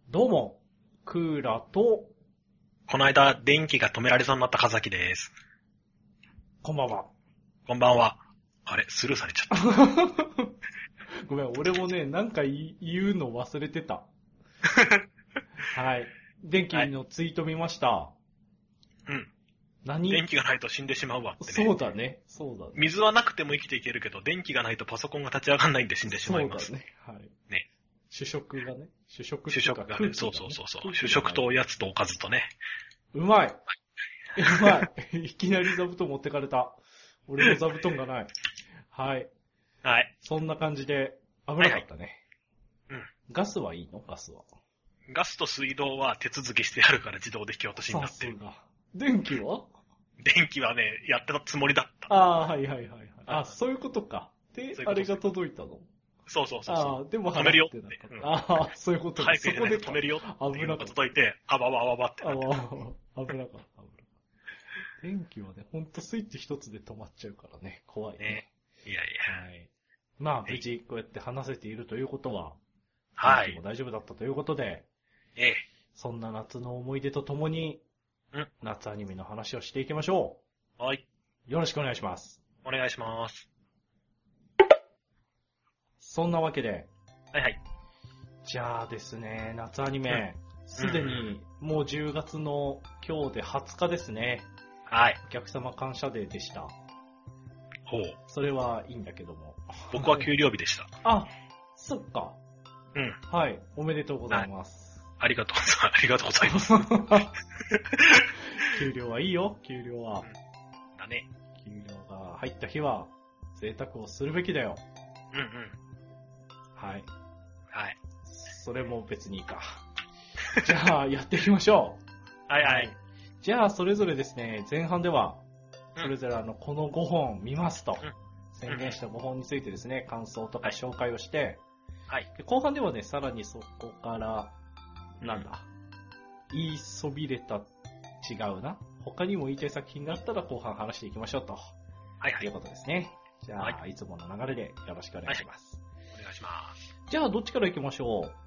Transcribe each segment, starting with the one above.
どうも、クーラと、 この間、電気が止められそうになった風木です。 こんばんは。 こんばんは。あれ、スルーされちゃった。 ごめん、俺もね、なんか言うの忘れてた。はい。電気のツイート見ました。 うん。 何？ 電気がないと死んでしまうわってね。 そうだね。 水はなくても生きていけるけど、電気がないとパソコンが立ち上がらないんで死んでしまいます。 そうだね。はい。 ね。 主食がね。主食がね。そう。主食とおやつとおかずとね。 うまい。うまい。いきなり座布団持ってかれた。俺の座布団がない。はい。 はい。 そんな感じで、危なかったね。 はいはい。 ガスはいいの？ガスは。 ガスと水道は手続きしてあるから自動で引き落としになってる。 さすが。電気は？ 電気はね、やってたつもりだった。 ああ、はい。あ、そういうことか。で、あれが届いたの？ そう。 ああ、でも止めるよって。 ああ、そういうことか。 そこで止めるよっていうのが届いて、あばってなって。 危なかった。電気はね、ほんとスイッチ一つで止まっちゃうからね、怖いね。 いや。 はい。まあ、無事、こうやって話せているということは、 はい。 電気も大丈夫だったということで、そんな夏の思い出とともに、夏アニメの話をしていきましょう。はい。 よろしくお願いします。 お願いします。 そんなわけで、 はい。 じゃあですね、夏アニメ、すでにもう10月の今日で20日ですね。 はい。 お客様感謝デーでした。 ほう。 それはいいんだけども。 僕は給料日でした。 あ、そっか。 うん。 はい。おめでとうございます。 ありがとうございます。 給料はいいよ、給料は。 だね。 給料が入った日は、贅沢をするべきだよ。はい。それも別にいいか。じゃあ、やっていきましょう。はい。 じゃあ、それぞれですね、前半では、それぞれこの5本見ますと、宣言した5本についてですね、感想とか紹介をして、で後半ではね、さらにそこから、言いそびれた、違うな。他にも言いたい作品があったら後半話していきましょうと。いうことですね。じゃあ、いつもの流れでよろしくお願いします。 お願いします。 じゃあ、どっちから行きましょう？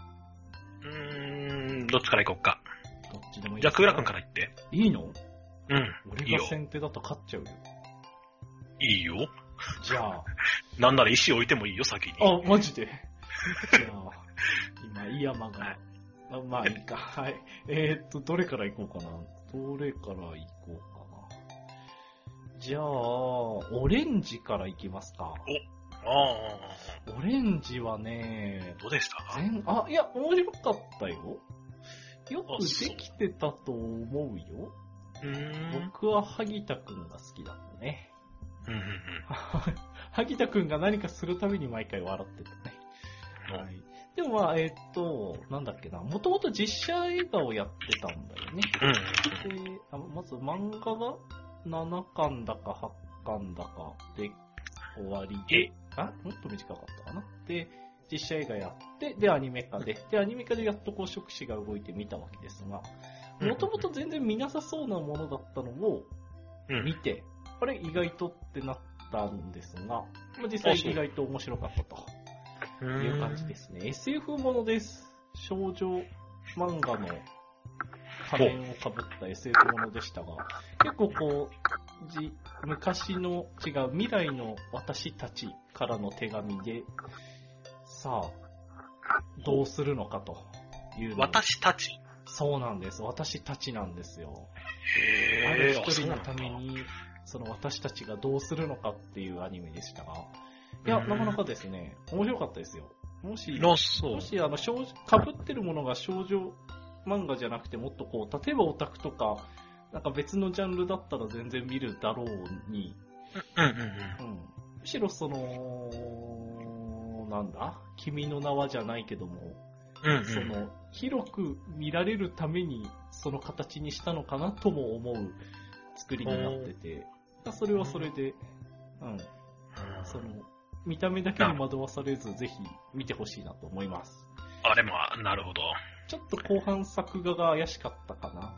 どっちから行こうか。 どっちでもいい。 じゃあ、クーラ君から言って。 いいの？ 俺が先手だと勝っちゃうよ。 いいよ。 じゃあ。 なんなら石置いてもいいよ、先に。 あ、マジで？じゃあ、今、イヤマが、まあいいか。はい。どれから行こうかな。じゃあ、オレンジから行きますか。オレンジはね、 どうでした？ いや、面白かったよ。よくできてたと思うよ。僕は萩田くんが好きだったね。萩田くんが何かするたびに毎回笑ってたね。はい。でもまあ、なんだっけな、もともと実写映画をやってたんだよね。で、まず漫画が7巻だか8巻だかで終わりで、もっと短かったかな。で、実写映画やって、で、アニメ化で、アニメ化でやっとこう、触手が動いて見たわけですが、もともと全然見なさそうなものだったのを、見て、あれ意外とってなったんですが、実際意外と面白かったという感じですね。SF ものです。少女漫画の仮面をかぶった SF ものでしたが、結構こう、昔の未来の私たちからの手紙で、さあ、どうするのかというの。 私たち？ そうなんです。私たちなんですよ。ある一人のために、その私たちがどうするのかっていうアニメでしたが、いや、なかなかですね、面白かったですよ。もし被ってるものが少女漫画じゃなくてもっとこう、例えばオタクとか、なんか別のジャンルだったら全然見るだろうに、むしろその、君の名はじゃないけども、その、広く見られるためにその形にしたのかなとも思う作りになってて、それはそれで、その、見た目だけに惑わされず、ぜひ見てほしいなと思います。 でも、なるほど。 ちょっと後半作画が怪しかったかな。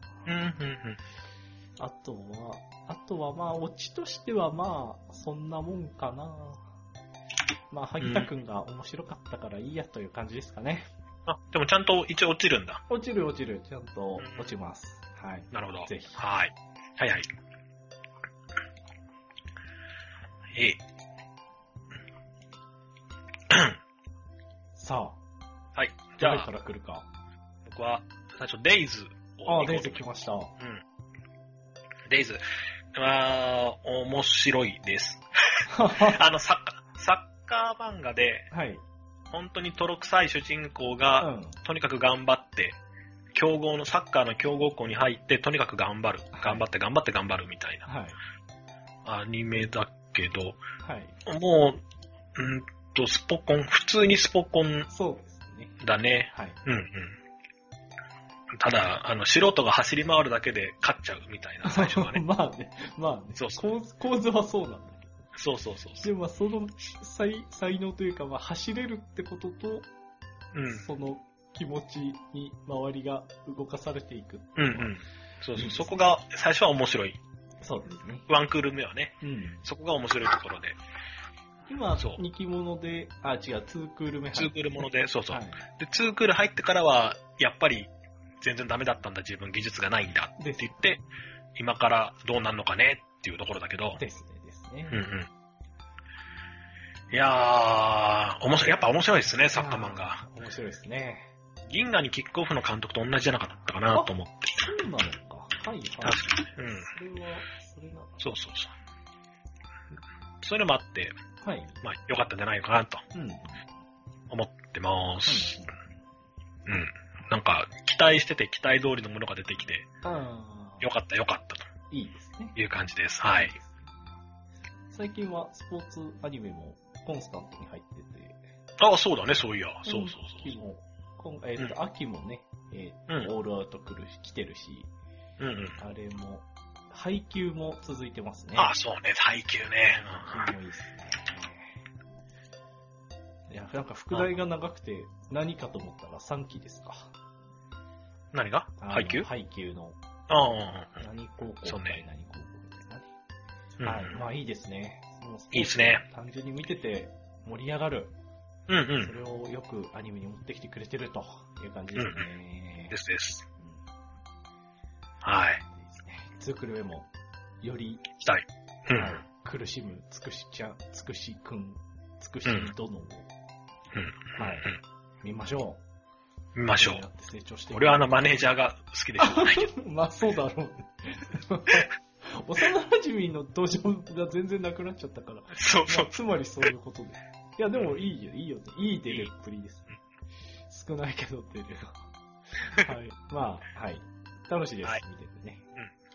あとはまあ、オチとしてはまあ、そんなもんかな。まあ、萩田くんが面白かったからいいやという感じですかね。 あ、でもちゃんと一応落ちるんだ。 落ちる。ちゃんと落ちます。はい。 なるほど。 ぜひ。 はい。はいはい。 さあ。はい。 じゃあ、どれから来るか。 僕は、最初、デイズを。 デイズ来ました。うん。 デイズ。面白いです。サッカー漫画で、 はい。 本当に泥臭い主人公が、とにかく頑張って、サッカーの強豪校に入って、とにかく頑張る。頑張るみたいな。はい。アニメだけど、はい。もう、スポコン、普通にスポコン。 そうですね。 だね。はい。ただ、素人が走り回るだけで勝っちゃうみたいな、最初はね。 まあね。そう構図はそうなんだけど。 そう。 でもその才能というか、走れるってことと、その気持ちに周りが動かされていく。 そう。そこが最初は面白い。 そうですね。 ワンクール目はね。そこが面白いところで。 今、2期物で、2クール目 2クールもので、そう。はい、で、2クール入ってからは、やっぱり、全然ダメだったんだ、自分技術がないんだって言って、今からどうなんのかねっていうところだけど。 ですね。 いやー、やっぱ面白いですね、サッカー漫画。 面白いですね。 銀河にキックオフの監督と同じじゃなかったかなと思って。 そうなのか。はい。 確かに。 それが。 そう。そういうのもあって、はい。良かったんじゃないかなと、思ってます。なんか、期待してて期待通りのものが出てきて、良かったと。 いいですね。 いう感じです。はい。 最近はスポーツアニメもコンスタントに入ってて。 そうだね、そういや。そう。 秋もね、オールアウト来てるし、あれも、配給も続いてますね。 そうね、配給ね。 配給もいいですね。いや、なんか副題が長くて何かと思ったら3期ですか。 何が配給の。何高校みたいな。 何高校みたいなね。はい。いいですね。 いいですね。 単純に見てて盛り上がる。それをよくアニメに持ってきてくれてるという感じですね。 です。はい。 2クール目もより期待。 苦しむつくしちゃん、つくしくん、つくし殿を。はい。見ましょう。俺はマネージャーが好きでしょうがないけど。そうだろうね。幼馴染の登場が全然なくなっちゃったから。 そう。 つまりそういうことで。いや、でもいいよ。いい出るっぷりです。少ないけど出る。はい。はい。楽しいです。見ててね。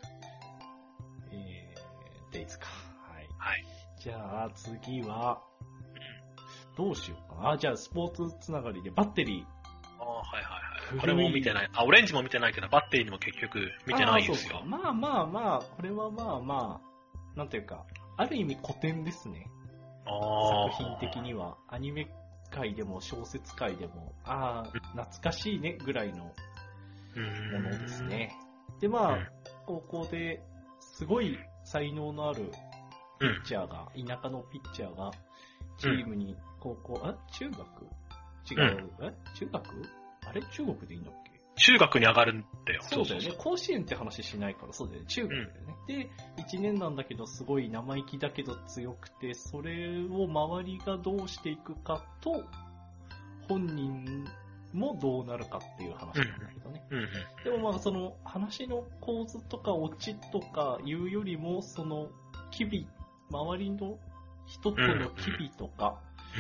デイズか。はい。じゃあ、次は、どうしようかな。じゃあ、スポーツつながりでバッテリー。 これも見てない。オレンジも見てないけど、バッテリーにも結局見てないんですよ。 これはなんていうか、ある意味古典ですね。作品的には。アニメ界でも小説界でも、懐かしいねぐらいのものですね。で、高校ですごい才能のあるピッチャーが、田舎のピッチャーが、チームに中学違う、中学あれ中国でいいんだっけ。 中学に上がるんだよ。 そうだよね。甲子園って話しないから、そうだよね。中学だよね。で、1年なんだけど、すごい生意気だけど強くて、それを周りがどうしていくかと、本人もどうなるかっていう話なんだけどね。でもその話の構図とかオチとかいうよりも、その周りの人との機微とか、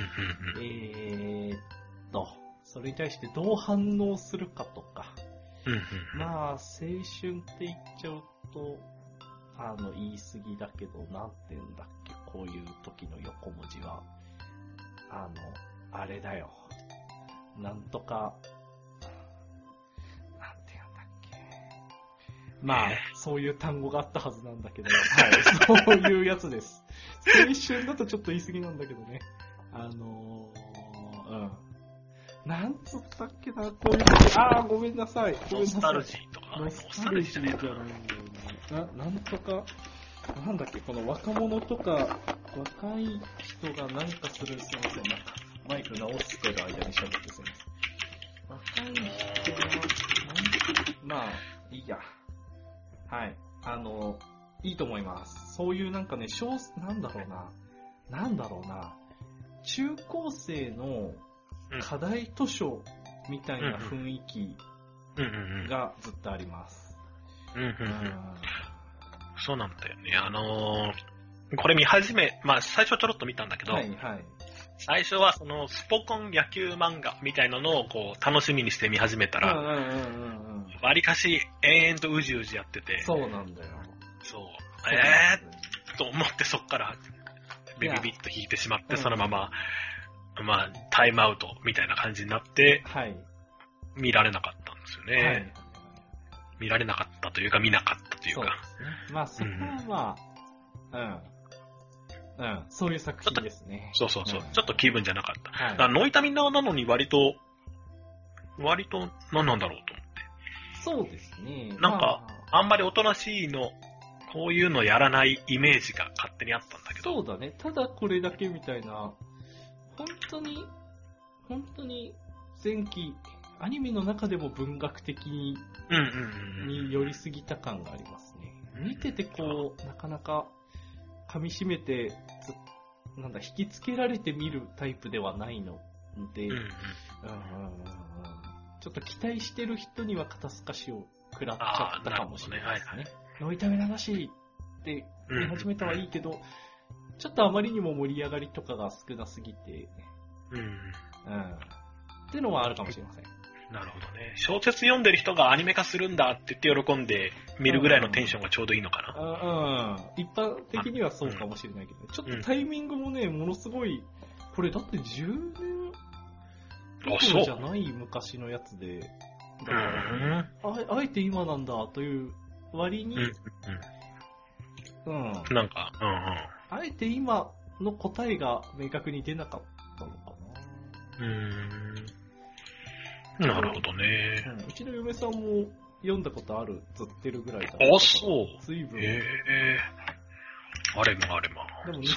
それに対してどう反応するかとか、青春って言っちゃうと、言い過ぎだけど、なんて言うんだっけ、こういう時の横文字は、あれだよ。なんとか、なんて言うんだっけ。そういう単語があったはずなんだけど、そういうやつです。青春だとちょっと言い過ぎなんだけどね。なんつったっけな、こういう、ごめんなさい。 ノスタルジーとか。 ノスタルジーじゃないんだよね。なんとか、なんだっけ、この若者とか、若い人がなんかする、すいません、マイク直してる間に喋ってすいません。若まあ、いいや。はい。いいと思います。そういうなんかね、なんだろうな。中高生の課題図書みたいな雰囲気がずっとあります。 そうなんだよね。これまあ最初ちょろっと見たんだけど、 はいはい、 最初はそのスポコン野球漫画みたいなのをこう楽しみにして見始めたら、わりかし延々とうじうじやってて、 そうなんだよ。 そう。と思ってそっからビビビッと引いてしまって、そのまま、まあタイムアウトみたいな感じになって、はい、見られなかったんですよね。はい、見られなかったというか見なかったというか。 そうですね。まあそこはまあ、そういう作品ですね。 そう、ちょっと気分じゃなかった。はい、だからノイタミナーなのに割と何なんだろうと思って。 そうですね。 なんか、あんまりおとなしいの、こういうのやらないイメージが勝手にあったんだけど。 そうだね。ただこれだけみたいな、本当に前期、アニメの中でも文学的に寄りすぎた感がありますね。見ててこう、なかなか噛み締めて、引きつけられて見るタイプではないので、ちょっと期待してる人には肩透かしを食らっちゃったかもしれないですね。ノイタミナーらしいって言い始めたはいいけど、ちょっとあまりにも盛り上がりとかが少なすぎて、っていうのはあるかもしれません。 なるほどね。小説読んでる人がアニメ化するんだって言って喜んで見るぐらいのテンションがちょうどいいのかな。 一般的にはそうかもしれないけど、ちょっとタイミングもね、ものすごい、これだって10年どころじゃない昔のやつで、だからあえて今なんだという割に、 なんか、 あえて今の答えが明確に出なかったのかな。なるほどね。 うちの嫁さんも読んだことあるつってるぐらいだった。 そう。 随分。 あれま。 でも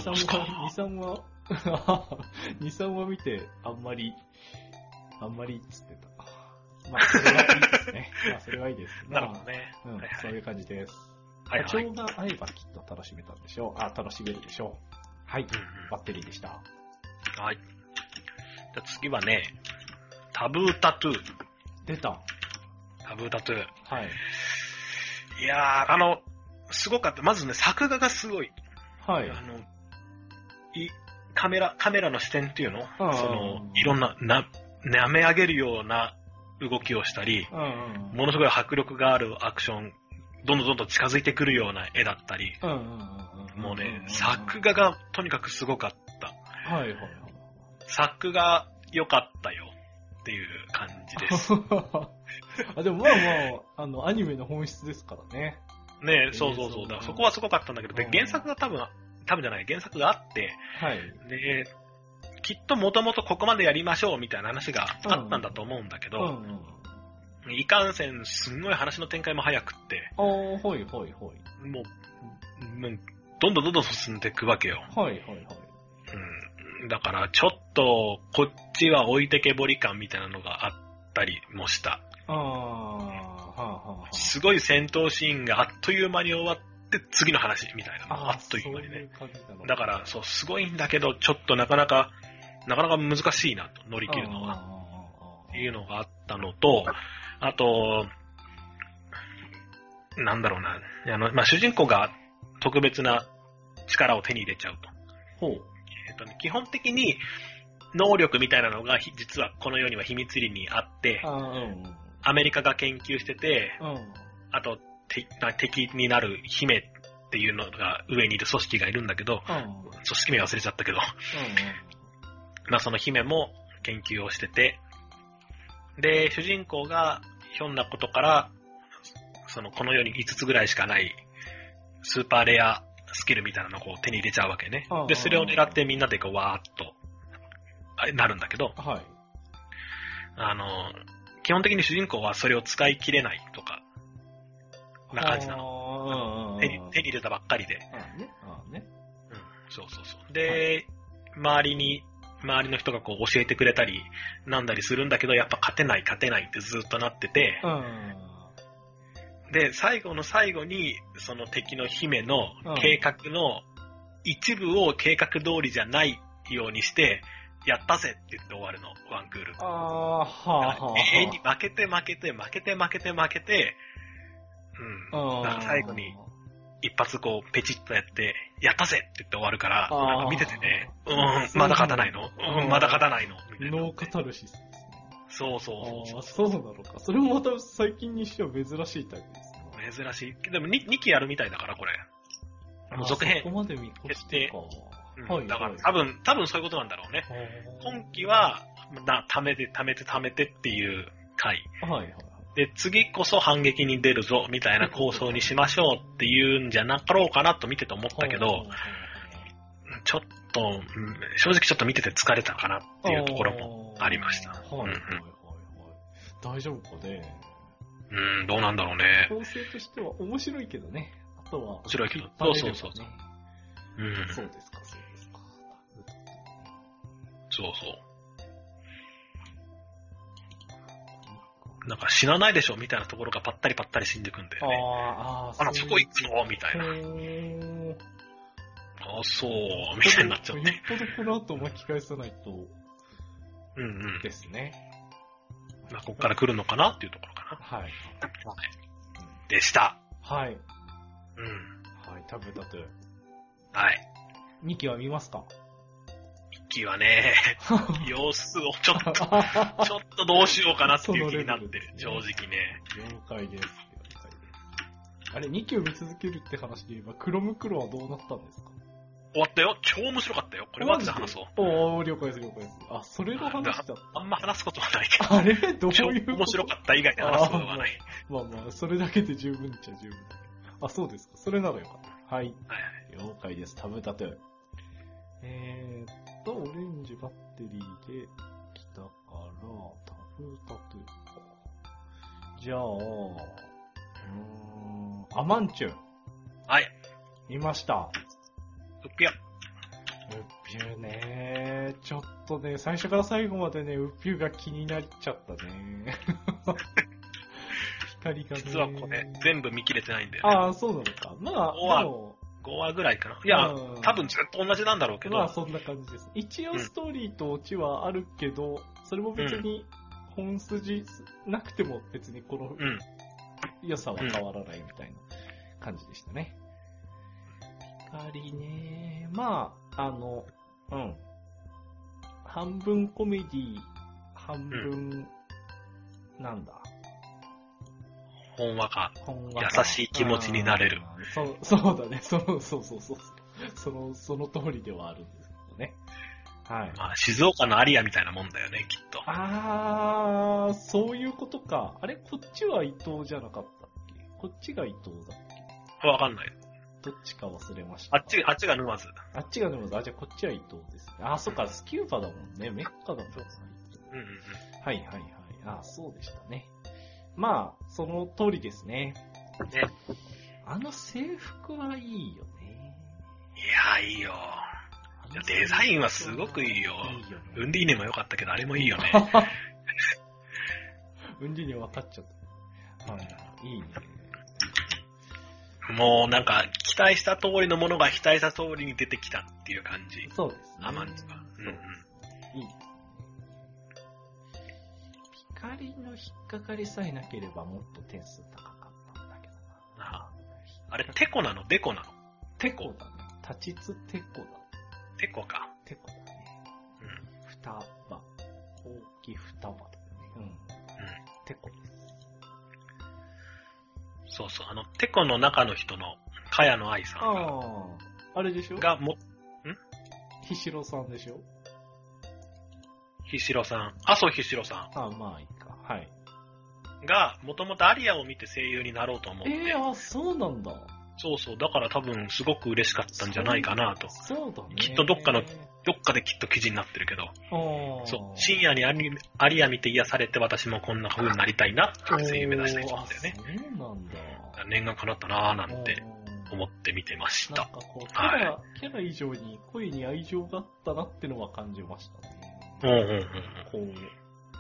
2、3話見て、あんまりっつってた。まあ、それはいいですね。それはいいです。 なるほどね。 そういう感じです。波長が合えばきっと楽しめるでしょう。はい、バッテリーでした。 はい。じゃあ次はね、タブータトゥー。 出た。 タブータトゥー。 はい。 いやー、すごかった。まずね、作画がすごい。 はい。 カメラの視点っていうの？いろんな、舐め上げるような動きをしたり、ものすごい迫力があるアクション、どんどん近づいてくるような絵だったり、もうね、作画がとにかくすごかった。作画良かったよっていう感じです。 でもアニメの本質ですからね。 ねえ、そう。だからそこはすごかったんだけど、で、原作が原作があって、で、きっともともとここまでやりましょうみたいな話があったんだと思うんだけど、いかんせんすんごい話の展開も早くって、もう、どんどん進んでいくわけよ。だからちょっとこっちは置いてけぼり感みたいなのがあったりもした。すごい戦闘シーンがあっという間に終わって次の話みたいなのがあっという間にね。だからそうすごいんだけどちょっとなかなか難しいなと乗り切るのはっていうのがあったのと、あとなんだろうな、主人公が特別な力を手に入れちゃうと。基本的に能力みたいなのが実はこの世には秘密裏にあって、アメリカが研究してて、あと敵になる姫っていうのが上にいる組織がいるんだけど、組織名忘れちゃったけど、その姫も研究をしてて、で主人公がひょんなことからこの世に5つぐらいしかないスーパーレアスキルみたいなのをこう手に入れちゃうわけね。でそれを狙ってみんなでこうわーっとなるんだけど、基本的に主人公はそれを使い切れないとかな感じなの。手に入れたばっかりで。そう。で、周りの人がこう教えてくれたりなんだりするんだけど、やっぱ勝てないってずっとなってて、 で、最後の最後に、その敵の姫の計画の一部を計画通りじゃないようにして、やったぜって言って終わるの、ワンクール。 はぁ。 永遠に負けて、だから最後に、一発こう、ペチッとやって、やったぜって言って終わるから、なんか見ててね、まだ勝たないのまだ勝たないのみたいな。 ノーカタルシスですね。 そう。 そうなのか。それもまた最近にしては珍しいタイプですね。珍しい。でも 2期やるみたいだから、これ。続編。 そこまで見越してか。 だから多分そういうことなんだろうね。今期は、貯めてっていう回。で、次こそ反撃に出るぞ、みたいな構想にしましょうっていうんじゃなかろうかなと見てて思ったけど、ちょっと、正直ちょっと見てて疲れたかなっていうところもありました。 大丈夫かね。 どうなんだろうね。 構成としては面白いけどね。あとは、 面白いけど。そう。 そうですか。 そう。なんか死なないでしょみたいなところがパッタリ死んでくんだよね。そこ行くのみたいな。そう、みたいになっちゃって。 よっぽどこの後巻き返さないと。ですね。 まあ、こっから来るのかなっていうところかな。 はい。 でした。 はい。はい、食べたと。 はい。 2期は見ますか ？2期はね、様子をちょっとどうしようかなっていう気になってる。正直ね。 了解です。あれ、2期を見続けるって話で言えば、クロムクロはどうなったんですか？ 終わったよ。超面白かったよ。これマジで話そう。 了解です。それの話だった。 あんま話すことはないけど。 あれどういうこと？ 面白かった以外で話すことはない。 まあ、それだけで十分っちゃ十分だ。そうですか。それならよかった。はい。了解です。タブタトゥ。オレンジバッテリーで来たから、タブタトゥか。じゃあ、アマンチュ。 はい。 見ました。 ウッピュね。ちょっとね、最初から最後までね、ウッピュが気になっちゃったね。光がね。 実はこれ、全部見切れてないんだよね。 そうなのか。まあ、 5話ぐらいかな。いや、多分ずっと同じなんだろうけど。 まあ、そんな感じです。一応ストーリーとオチはあるけど、それも別に本筋なくても別にこの良さは変わらないみたいな感じでしたね。光ね、まあ、半分コメディ、半分、なんだ。 ほんわか、優しい気持ちになれる。 そうだね。その通りではあるんですけどね。はい。 まあ、静岡のアリアみたいなもんだよね、きっと。 そういうことか。あれ、こっちは伊藤じゃなかったっけ？こっちが伊藤だっけ？ わかんない。 どっちか忘れました。 あっちが沼津。 あっちが沼津。じゃあこっちは伊藤ですね。そっか、スキューバだもんね。メッカだもんね。はい。そうでしたね。まあ、その通りですね。制服はいいよね。 いいよ。デザインはすごくいいよ。ウンディーネも良かったけど、あれもいいよね。 ウンディーネ分かっちゃった。いいね。 もうなんか、期待した通りのものが期待した通りに出てきたっていう感じ。 そうですね。 アマンズが。 いいですね。光の引っかかりさえなければもっと点数高かったんだけどな。 あれ、テコなの？デコなの？ テコだね。立ちつテコだ。 テコか。 テコだね。双葉。大きい双葉だね。テコです。 そう、テコの中の人の、茅野愛さんが。 あれでしょ？ひしろさんでしょ？ ひしろさん。そう、ひしろさん。 まあいいか。はい。 が、もともとアリアを見て声優になろうと思って。 そうなんだ。 そう、だから多分すごく嬉しかったんじゃないかなと。 そうだね。 きっとどっかできっと記事になってるけど。深夜にアリア見て癒されて私もこんな風になりたいなって声優目指した人なんだよね。 そうなんだ。 念願叶ったなーなんて思って見てました。 なんかキャラ以上に声に愛情があったなってのは感じましたね。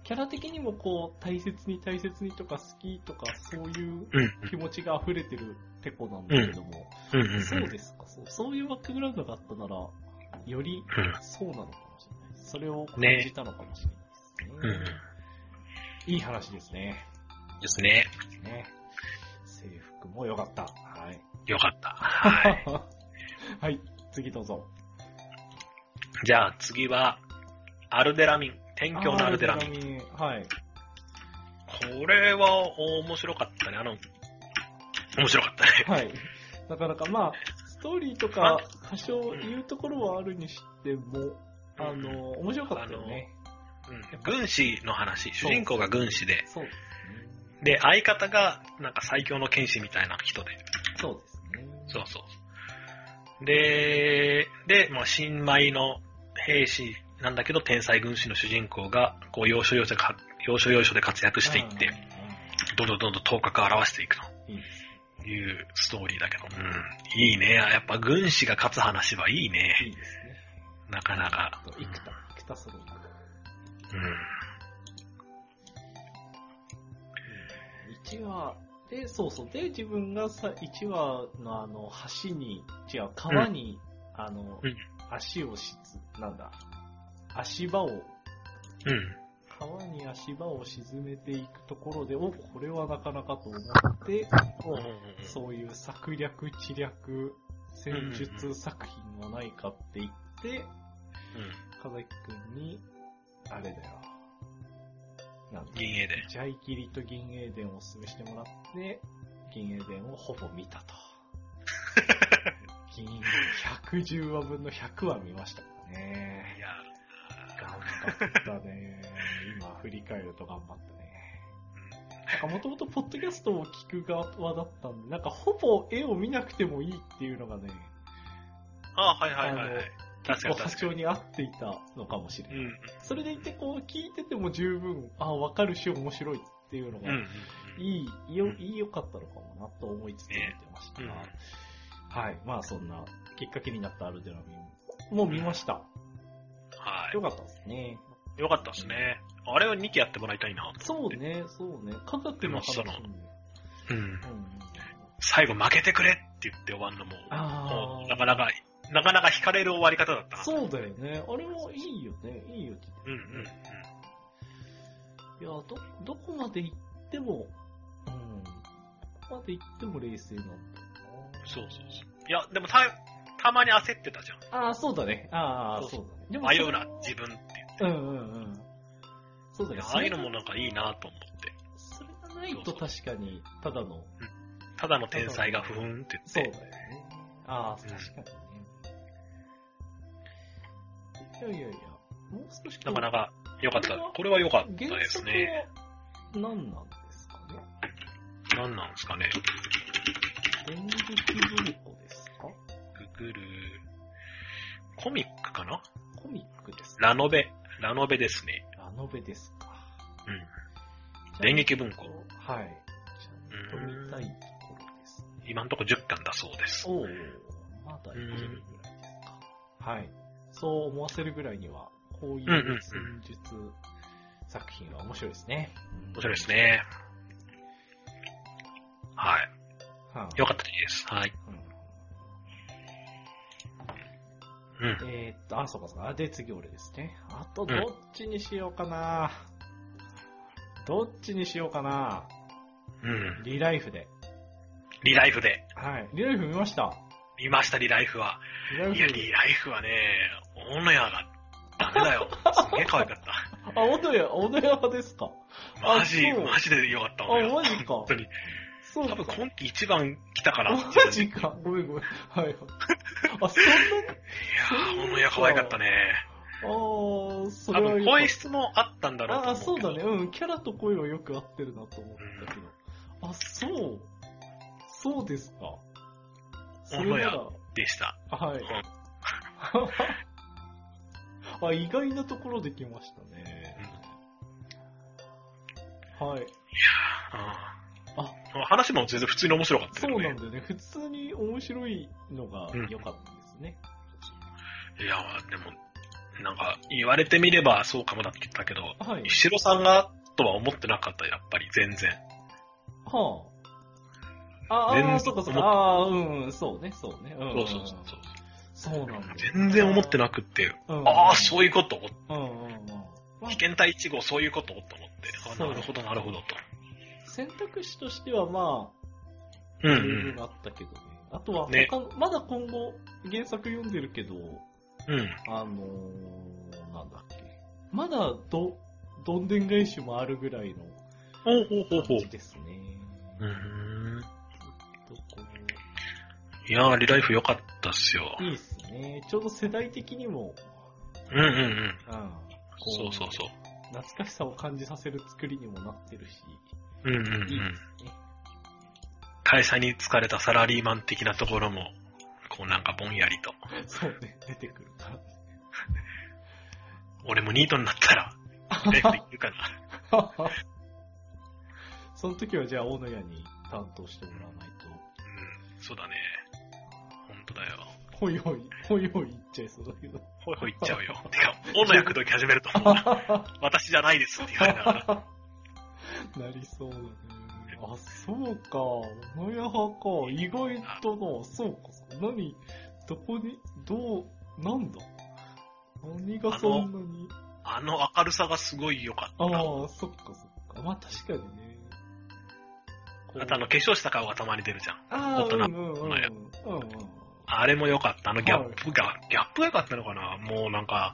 キャラ的にもこう、大切にとか好きとかそういう気持ちが溢れてるテコなんだけども、そうですか、そういうバックグラウンドがあったなら、よりそうなのかもしれない。それを感じたのかもしれないですね。いい話ですね。 ですね。 制服も良かった。はい。 良かった。はい。 はい、次どうぞ。 じゃあ次は、アルデラミン。天境のアルデラミン。 はい。 これは面白かったね。面白かったね。 はい。なかなか、まあ、ストーリーとか多少言うところはあるにしても、面白かったよね。 軍師の話。主人公が軍師で。 そうですね。 で、相方がなんか最強の剣士みたいな人で。 そうですね。 そう。で、まあ、新米の兵士なんだけど、天才軍師の主人公が、こう、要所要所で活躍していって、どんどん頭角を現していくというストーリーだけど、いいね。やっぱ軍師が勝つ話はいいね。 いいですね。 なかなか。 生田ソロン。1話で、で、自分が1話の川に、足場を、川に足場を沈めていくところで、これはなかなかと思って、そういう策略、知略、戦術作品はないかって言って、風木くんに、あれだよ。 銀英伝。 ジャイキリと銀英伝をお勧めしてもらって、銀英伝をほぼ見たと。銀110話分の100話見ましたからね。 いや、 頑張ったね。今振り返ると頑張ったね。なんかもともとポッドキャストを聞く側だったんで、なんかほぼ絵を見なくてもいいっていうのがね、結構波長に合っていたのかもしれない。それでいてこう聞いてても十分、わかるし面白いっていうのが、良かったのかもなと思いつつ見てました。はい。まあそんなきっかけになったアルデラミンも見ました。はい。良かったですね。 良かったですね。あれは2期やってもらいたいな。 そうね。科学の話も。 最後負けてくれって言って終わるのも、なかなか惹かれる終わり方だったな。 そうだよね。あれもいいよね。いいよって言って。いや、どこまで行っても、どこまで行っても冷静なんだよな。 そう。いや、でもたまに焦ってたじゃん。 そうだね。そうだね。 迷うな、自分って言って。 そうだね。 ああいうのもなんかいいなと思って。 それがないと確かに、ただの天才がふーんって言って。 そうだよね。確かにね。いや。もう少し。 なかなか良かった。これは良かったですね。 何なんですかね。 何なんですかね。 電撃文庫ですか？ ググる。コミックかな？ コミックですか？ラノベですね。 ラノベですか。 電撃文庫。 はい。ちゃんと見たいところですね。 今のところ10巻だそうです。 まだいけるぐらいですか。はい。そう思わせるぐらいには、こういう戦術作品は面白いですね。 面白いですね。はい。よかったです。はい。 そうか。で、次俺ですね。あと、どっちにしようかな。リライフで。はい。リライフ見ました。 見ました、リライフは。いや、リライフはね、小野屋がダメだよ。すげえ可愛かった。 小野屋派ですか？ マジでよかったのよ。 マジか。 本当に。多分今季一番来たから。 マジか。ごめん。はい。そんなに？いや小野屋可愛かったね。 それは。 多分声質もあったんだろうと思う。 そうだね。キャラと声はよく合ってるなと思ったけど。そうですか。 小野屋でした。 はい。意外なところできましたね。はい。いや話も全然普通に面白かったよね。そうなんだよね。普通に面白いのが良かったですね。 いや、でも、 なんか、言われてみればそうかもだって言ったけど、 はい。 石野さんがとは思ってなかった、やっぱり、全然。 はあ。 全然そうかそうか。ああ、うん、そうね、そうね。 そうそうそう。 そうなんだ。 全然思ってなくって、ああ、そういうこと。被験体1号そういうことと思って、なるほど、なるほどと。 選択肢としてはまあ、 十分あったけどね。あとはまだ今後原作読んでるけど、なんだっけ。まだどんでん返しもあるぐらいの感じですね。 いやー、リライフ良かったっすよ。 いいっすね。ちょうど世代的にも。 そうそうそう。 懐かしさを感じさせる作りにもなってるし。いいですね。 会社に疲れたサラリーマン的なところも、こうなんかぼんやりと。 そうね、出てくるから。 俺もニートになったら、レフできるかな。 その時はじゃあ、大野屋に担当してもらわないと。 そうだね。ほんとだよ。 ほいほい言っちゃいそうだけど。 ほいほい言っちゃうよ。てか、大野屋口説き始めると思うな。私じゃないですって言われながら。 なりそうだね。あ、そうか。小野屋派か。意外とな。そうか。どこに、なんだ。何がそんなに。 明るさがすごい良かった。 ああ、そっかそっか。まあ確かにね。 あと化粧した顔がたまに出るじゃん。大人のや。あれも良かった。ギャップが良かったのかな。もうなんか、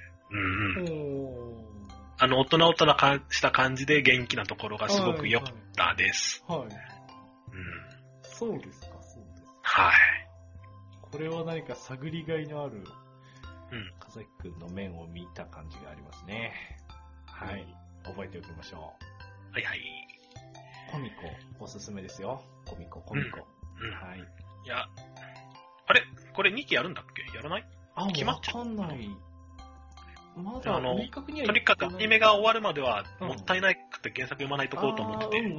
大人した感じで元気なところがすごく良かったです。 はい。そうですか、そうです。 はい。 これは何か探りがいのある、風木くんの面を見た感じがありますね。はい。覚えておきましょう。はいはい。 コミコ、おすすめですよ。コミコ。はい。 いや、あれこれ2期やるんだっけ？やらない？ 決まっちゃう。わかんない。まだ明確にはとにかくアニメが終わるまではもったいなくて原作読まないとこうと思ってて。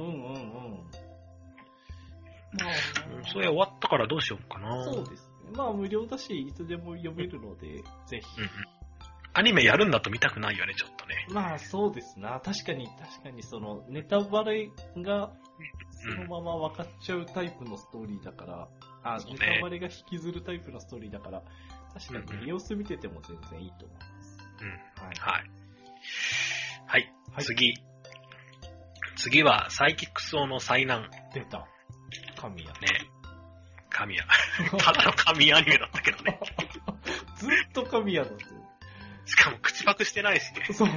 それ終わったからどうしようかな。 そうですね。まあ無料だし、いつでも読めるので、ぜひ。 アニメやるんだと見たくないよね、ちょっとね。 まあそうですな。確かにそのネタバレがそのまま分かっちゃうタイプのストーリーだから、ネタバレが引きずるタイプのストーリーだから、確かに様子見てても全然いいと思います。 はい。次はサイキックス王の災難。 出た。神谷。 神谷。ただの神アニメだったけどね。 ずっと神谷だったよ。 しかも口パクしてないしね。 そう。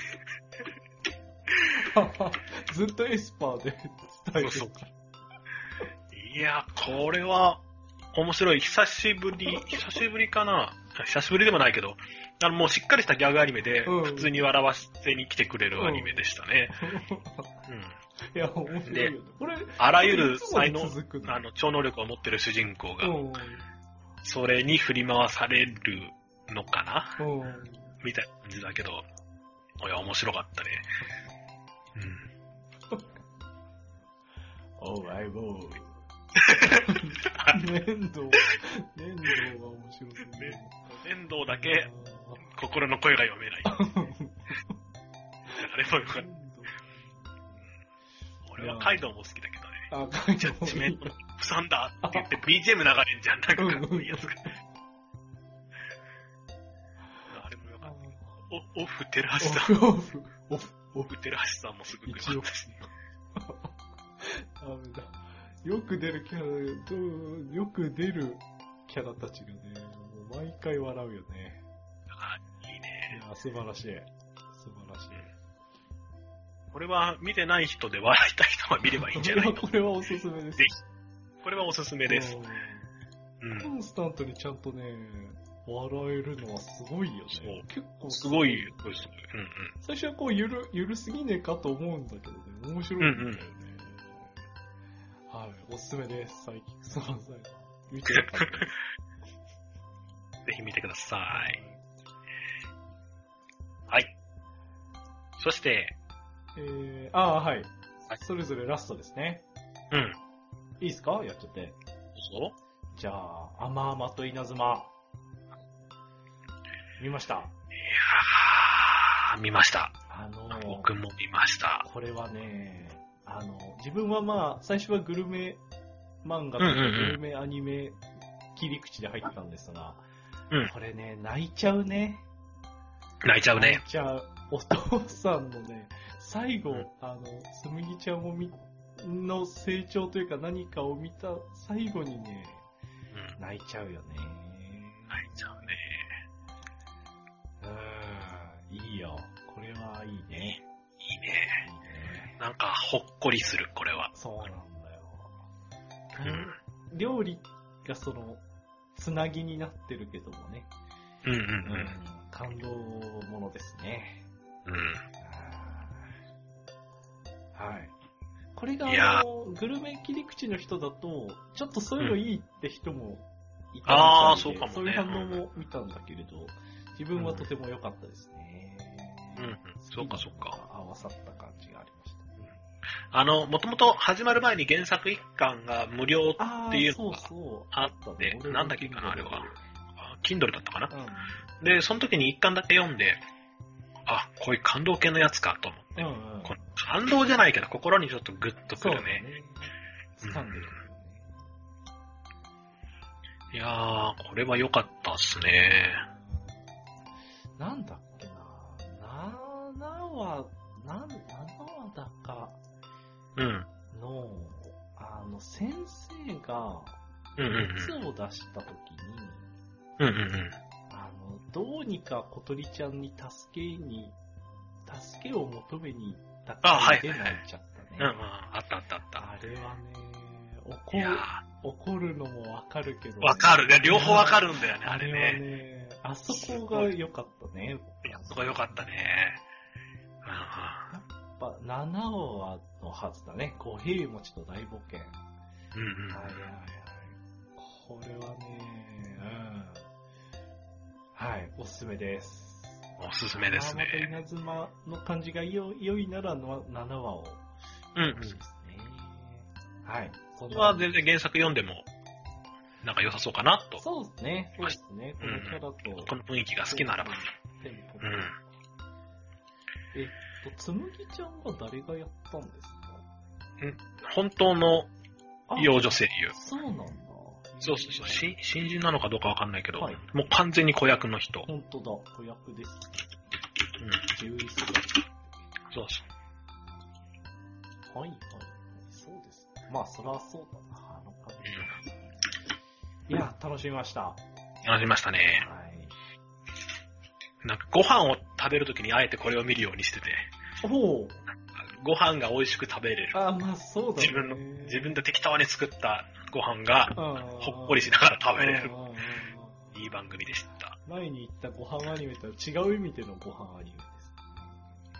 ずっとエスパーで伝えてる。そう。 いや、これは面白い。久しぶりかな。久しぶりでもないけど、もうしっかりしたギャグアニメで、普通に笑わせに来てくれるアニメでしたね。 いや、面白いよね。これ、 あらゆる才能、超能力を持ってる主人公が、それに振り回されるのかなみたいな感じだけど、いや、面白かったね。 おー、アイボー。粘土が面白すぎる。 粘土だけ心の声が読めない。あれもよかった。俺はカイドウも好きだけどね。 カイドウ。 地面のプサンダーって言って BGM 流れんじゃん。なんかかっこいいやつが。あれもよかった。オフテルハシさん。オフテルハシさんもすごくよかったし。 ダメだ。よく出るキャラたちがね、もう毎回笑うよね。 いいね。 いや、素晴らしい。 これは見てない人で笑いたい人は見ればいいんじゃないの？ これはおすすめです。 ぜひ。これはおすすめです。 コンスタントにちゃんとね、笑えるのはすごいよね。結構すごい。 最初はこうゆるすぎねえかと思うんだけどね、面白いんだよね。はい、おすすめです。サイキックスワンサイド。見てなかったです。 ぜひ見てください。はい。そして、 はい。それぞれラストですね。いいっすか？やっちゃって。 どうぞ。 じゃあ、甘々と稲妻。見ました。 見ました。僕も見ました。 これはね、自分はまあ、最初はグルメ漫画とかグルメアニメ切り口で入ったんですが、これね、泣いちゃうね。 泣いちゃうね。 泣いちゃう。お父さんのね、最後、つむぎちゃんの成長というか何かを見た最後にね、泣いちゃうよね。 泣いちゃうね。 いいよ。これはいいね。 いいね。なんか、ほっこりする、これは。 そうなんだよ。料理がつなぎになってるけどもね。感動ものですね。はい。これがグルメ切り口の人だと、ちょっとそういうのいいって人もいたみたいで、そういう反応も見たんだけれど、自分はとても良かったですね。 そうかそうか。 合わさった感じがありました。 もともと始まる前に原作1巻が無料っていうのがあって、なんだっけかな、あれは。Kindle だったかな、で、その時に1巻だけ読んで、こういう感動系のやつかと思って。この感動じゃないけど、心にちょっとグッとくるね。いやー、これは良かったっすね。 なんだっけな、7話だかの、先生が熱を出した時に、どうにか小鳥ちゃんに助けを求めに行った回で泣いちゃったね。 あったあったあった。 あれはね、怒るのもわかるけど、 わかるね。両方わかるんだよね、あれね。 あれはね、あそこが良かったね。 あそこが良かったね。 やっぱ7話のはずだね。五平餅と大冒険。これはね、はい、おすすめです。 おすすめですね。 稲妻の感じが良いなら7話を。欲しいですね。はい。 これは全然原作読んでも、なんか良さそうかなと。 そうですね。そうですね。このキャラと。 この雰囲気が好きならば。 つむぎちゃんは誰がやったんですか？ 本当の幼女声優。 そうなんだ。 そう。新人なのかどうかわかんないけど、もう完全に子役の人。 本当だ、子役です。11歳。 そう。 はい。そうです。まあ、そらそうだな、感じ。いや、楽しみました。 楽しみましたね。なんかご飯を食べるときにあえてこれを見るようにしてて。ご飯が美味しく食べれる。 まあそうだね。 自分で適当に作ったご飯がほっこりしながら食べれる。いい番組でした。 前に言ったご飯アニメとは違う意味でのご飯アニメです。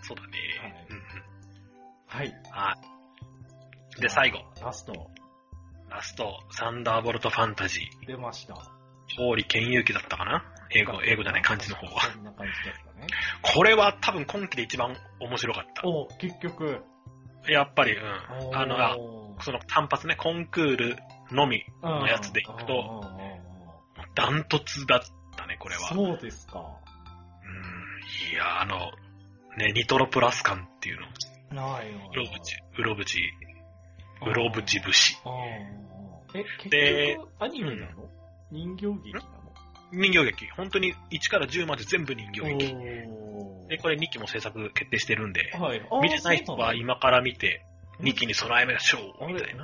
そうだね。 はい。 で、最後。 ラスト、 サンダーボルトファンタジー。 出ました。 毛利剣勇気だったかな？英語じゃない、漢字の方は。 そんな感じだったね。 これは多分今期で一番面白かった。 結局。 やっぱり、その単発ね、コンクールのみのやつでいくと、ダントツだったね、これは。 そうですか。 いや、ニトロプラス感っていうの。うろぶち節。 結局アニメなの？人形劇なの？ 人形劇。本当に1から10まで全部人形劇。で、これ2期も制作決定してるんで、見てない人は今から見て、2期に備えましょうみたいな。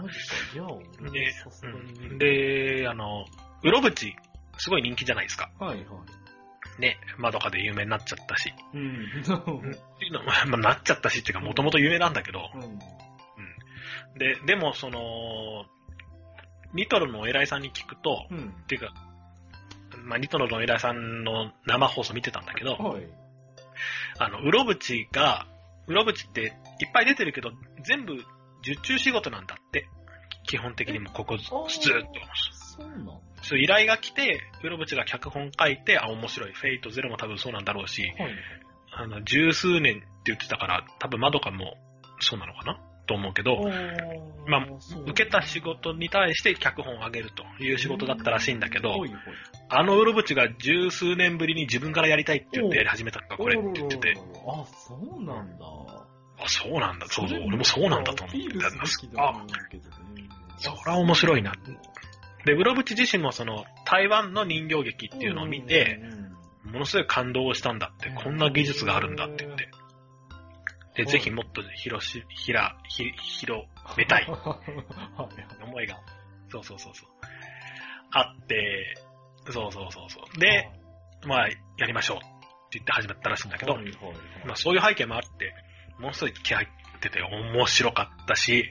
で、うろぶち、すごい人気じゃないですか。ね、まどかで有名になっちゃったし。なっちゃったしっていうか、もともと有名なんだけど。でも、ニトロのお偉いさんに聞くと、っていうか、ニトロのお偉いさんの生放送見てたんだけど、うろぶちっていっぱい出てるけど、全部受注仕事なんだって。基本的にもここずっと。そう依頼が来て、うろぶちが脚本書いて、面白い。フェイトゼロも多分そうなんだろうし、十数年って言ってたから、多分まどかもそうなのかな。 と思うけど、まあ、受けた仕事に対して脚本を上げるという仕事だったらしいんだけど、うろぶちが十数年ぶりに自分からやりたいって言ってやり始めたのがこれって言ってて。 あ、そうなんだ。 あ、そうなんだ。そうそう、俺もそうなんだと思ってたんです。あ、それは面白いな。で、うろぶち自身もその台湾の人形劇っていうのを見て、ものすごい感動したんだって、こんな技術があるんだって言って。で、ぜひもっと広めたい思いが、そう。あって、そう。で、まあ、やりましょうって言って始まったらしいんだけど、まあそういう背景もあって、ものすごい気合入ってて面白かったし、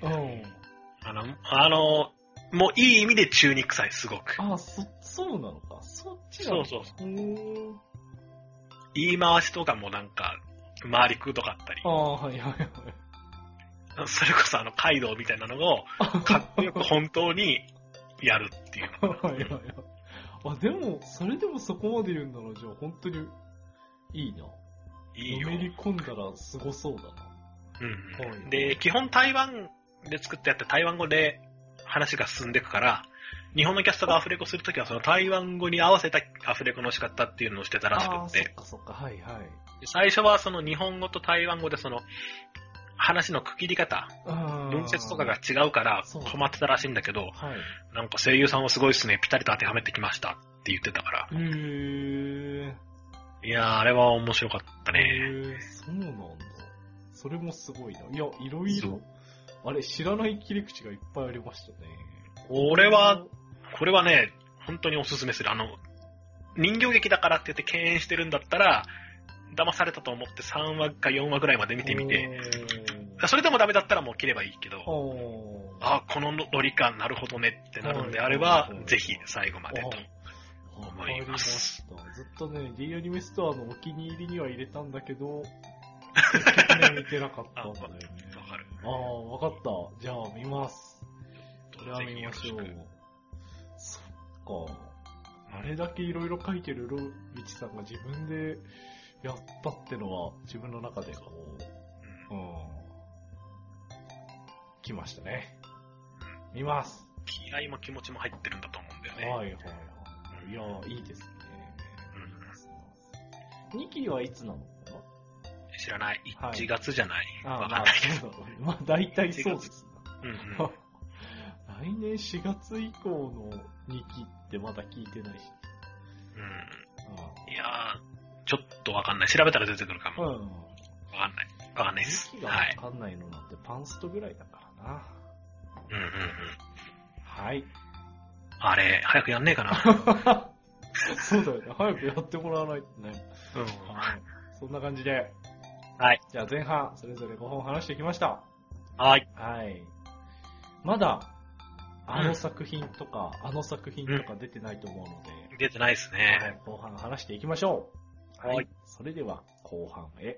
もういい意味で中肉臭い、すごく。 あ、そうなのか。そっちそう。言い回しとかもなんか、回りくどかったり。それこそカイドウみたいなのを、かっこよく本当にやるっていうの。 あ、でも、それでもそこまで言うんだろう、じゃあ本当にいいな。 いいよ。 のめり込んだらすごそうだな。で、基本台湾で作ってやって台湾語で話が進んでいくから、日本のキャストがアフレコするときはその台湾語に合わせたアフレコの仕方っていうのをしてたらしくって。 そっか、はい。 最初はその日本語と台湾語でその話の区切り方、文節とかが違うから困ってたらしいんだけど、なんか声優さんはすごいっすね、ピタリと当てはめてきましたって言ってたから。いやー、あれは面白かったね。 そうなんだ。それもすごいな。いや、いろいろ。あれ、知らない切り口がいっぱいありましたね。 これはね、本当におすすめする。人形劇だからって言って敬遠してるんだったら、騙されたと思って3話か4話ぐらいまで見てみて、それでもダメだったらもう切ればいいけど、あ、このノリ感なるほどねってなるのであれば、ぜひ最後までと思います。 ずっとね、D アニメストアのお気に入りには入れたんだけど、結局ね、見てなかったんだよね。 わかる。 わかった。じゃあ見ます。これは見ましょう。そっか。あれだけいろいろ書いてるロビチさんが自分でやったってのは自分の中でこう、来ましたね。見ます。 気合も気持ちも入ってるんだと思うんだよね。 いや、いいですね。2期はいつなのかな？ 知らない。1月じゃない。わかんないけど。 まあ大体そうですな。来年4月以降の2期ってまだ聞いてないし。 いやー、ちょっとわかんない。調べたら出てくるかも。わかんないです。 2期がわかんないのなんてパンストぐらいだからな。はい。 あれ、早くやんねえかな。 そうだよね。早くやってもらわないとね。そんな感じで。じゃあ前半、それぞれ5本話してきました。まだ、あの作品とか、あの作品とか出てないと思うので。 出てないですね。 後半話していきましょう。それでは、後半へ。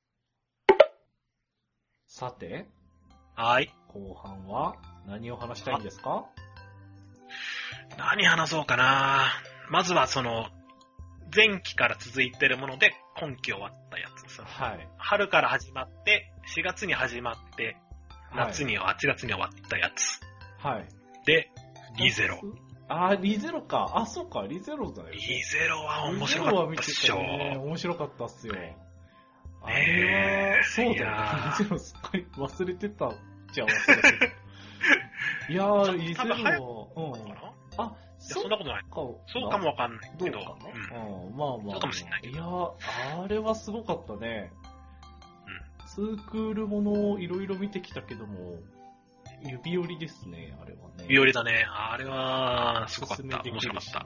さて。後半は、何を話したいんですか？ 何話そうかな。まずは前期から続いてるもので今期終わったやつ。春から始まって、4月に始まって、8月に終わったやつ。で、リゼロ。 リゼロか。そうか、リゼロだよ。 リゼロは面白かったっしょ。 面白かったっすよ。あれは、そうだよ。リゼロすっかり忘れてたじゃん、忘れてた。いやー、リゼロは、 そんなことない。そうかもわかんないけど。そうかもしんないけど。 いやー、あれはすごかったね。2クールものをいろいろ見てきたけども、指折りですね、あれはね。 指折りだね。あれは、すごかった。面白かった。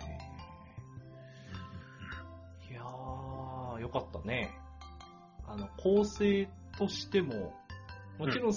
いやー、よかったね。構成としても、もちろん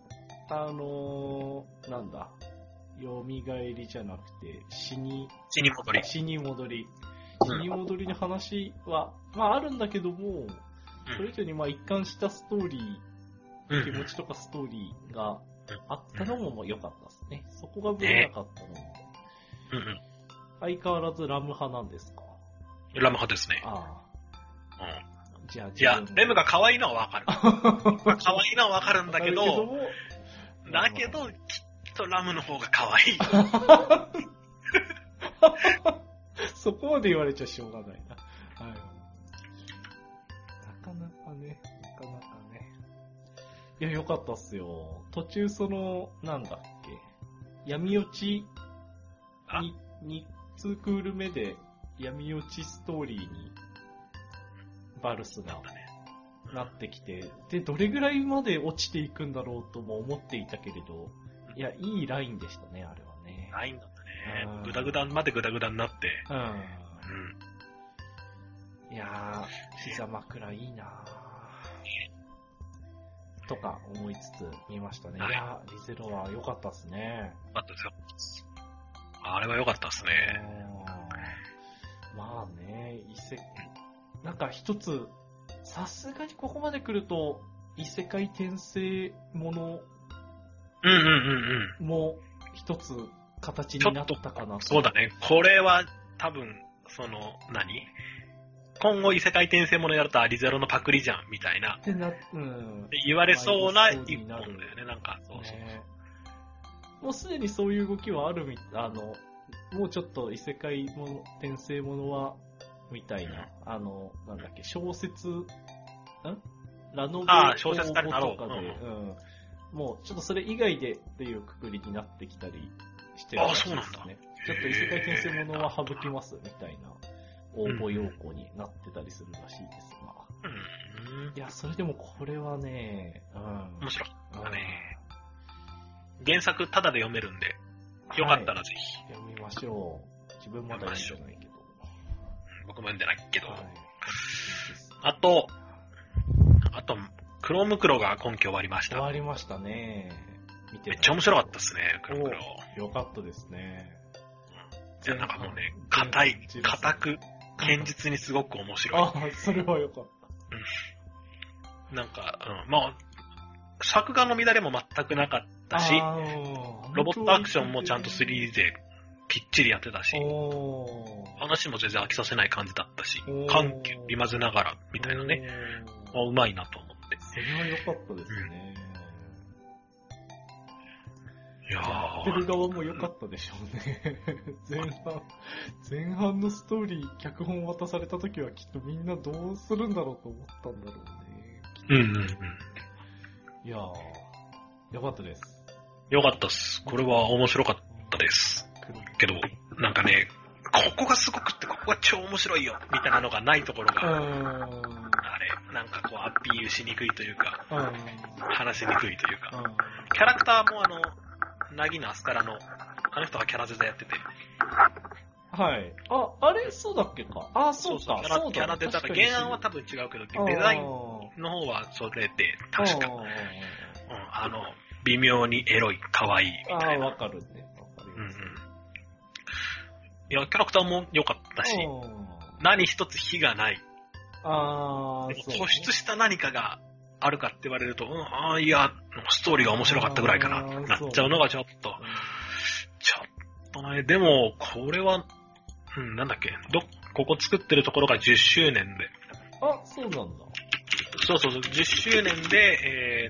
なんだ、蘇りじゃなくて、死に戻り。死に戻りの話は、あるんだけども、それ以上に一貫したストーリー、気持ちとかストーリーがあったのも良かったですね。そこがぶれなかったのも。相変わらずラム派なんですか？ ラム派ですね。 じゃあ、 レムが可愛いのはわかる。可愛いのはわかるんだけど、 だけど、きっとラムの方が可愛い。 そこまで言われちゃしょうがないな。はい。なかなかね。いや、よかったっすよ。途中なんだっけ。闇落ちに、2クール目で闇落ちストーリーに、バルスがなってきて、で、どれぐらいまで落ちていくんだろうとも思っていたけれど、いや、いいラインでしたね、あれはね。 ラインだったね。グダグダまでグダグダになって。 いやー、膝枕いいなーとか思いつつ見ましたね。いやー、リゼロは良かったっすね。 良かったですよ。あれは良かったっすね。 まあね、なんか一つ、さすがにここまで来ると、異世界転生ものも一つ形になったかなと。 そうだね。これは多分、今後異世界転生ものやるとアリゼロのパクリじゃんみたいな言われそうな一本だよね。なんかそう。 もうすでにそういう動きはあるもうちょっと異世界もの転生ものはみたいななんだっけ小説ラノベ小説とかで、 もうちょっとそれ以外でっていうくくりになってきたりしてるらしいですね。ちょっと異世界転生ものは省きますみたいな応募要項になってたりするらしいですが。いや、それでもこれはね、 面白かったね。原作タダで読めるんで、よかったらぜひ。 読みましょう。自分まだ読んでないけど。 僕も読んでないけど。あと、クロムクロが今期終わりました。 終わりましたね。 めっちゃ面白かったですね、クロムクロ。 よかったですね。 いや、なんかもうね、硬く、堅実にすごく面白い。 それはよかった。 なんか、まあ、作画の乱れも全くなかったし、ロボットアクションもちゃんと 3D できっちりやってたし、話も全然飽きさせない感じだったし、緩急織り交ぜながらみたいなね、うまいなと思って。 それは良かったですね。 いややってる側も良かったでしょうね。前半のストーリー、脚本渡された時はきっとみんなどうするんだろうと思ったんだろうね。いやー、良かったです。 良かったっす。これは面白かったです。けど、なんかね、ここがすごくって、ここが超面白いよみたいなのがないところが、あれ、なんかこうアピールしにくいというか、話しにくいというか、キャラクターもなぎのアスカラの、あの人がキャラデザやってて。 はい。あれそうだっけか。そうか。 キャラデザが、原案は多分違うけど、デザインの方はそれで、確か。微妙にエロい、可愛いみたいな。 わかるね。 いや、キャラクターも良かったし、何一つ非がない。突出した何かがあるかって言われると、いや、ストーリーが面白かったぐらいかな、なっちゃうのがちょっとね、でも、これは、なんだっけ、ここ作ってるところが10周年で。 そうなんだ。 そう、10周年で、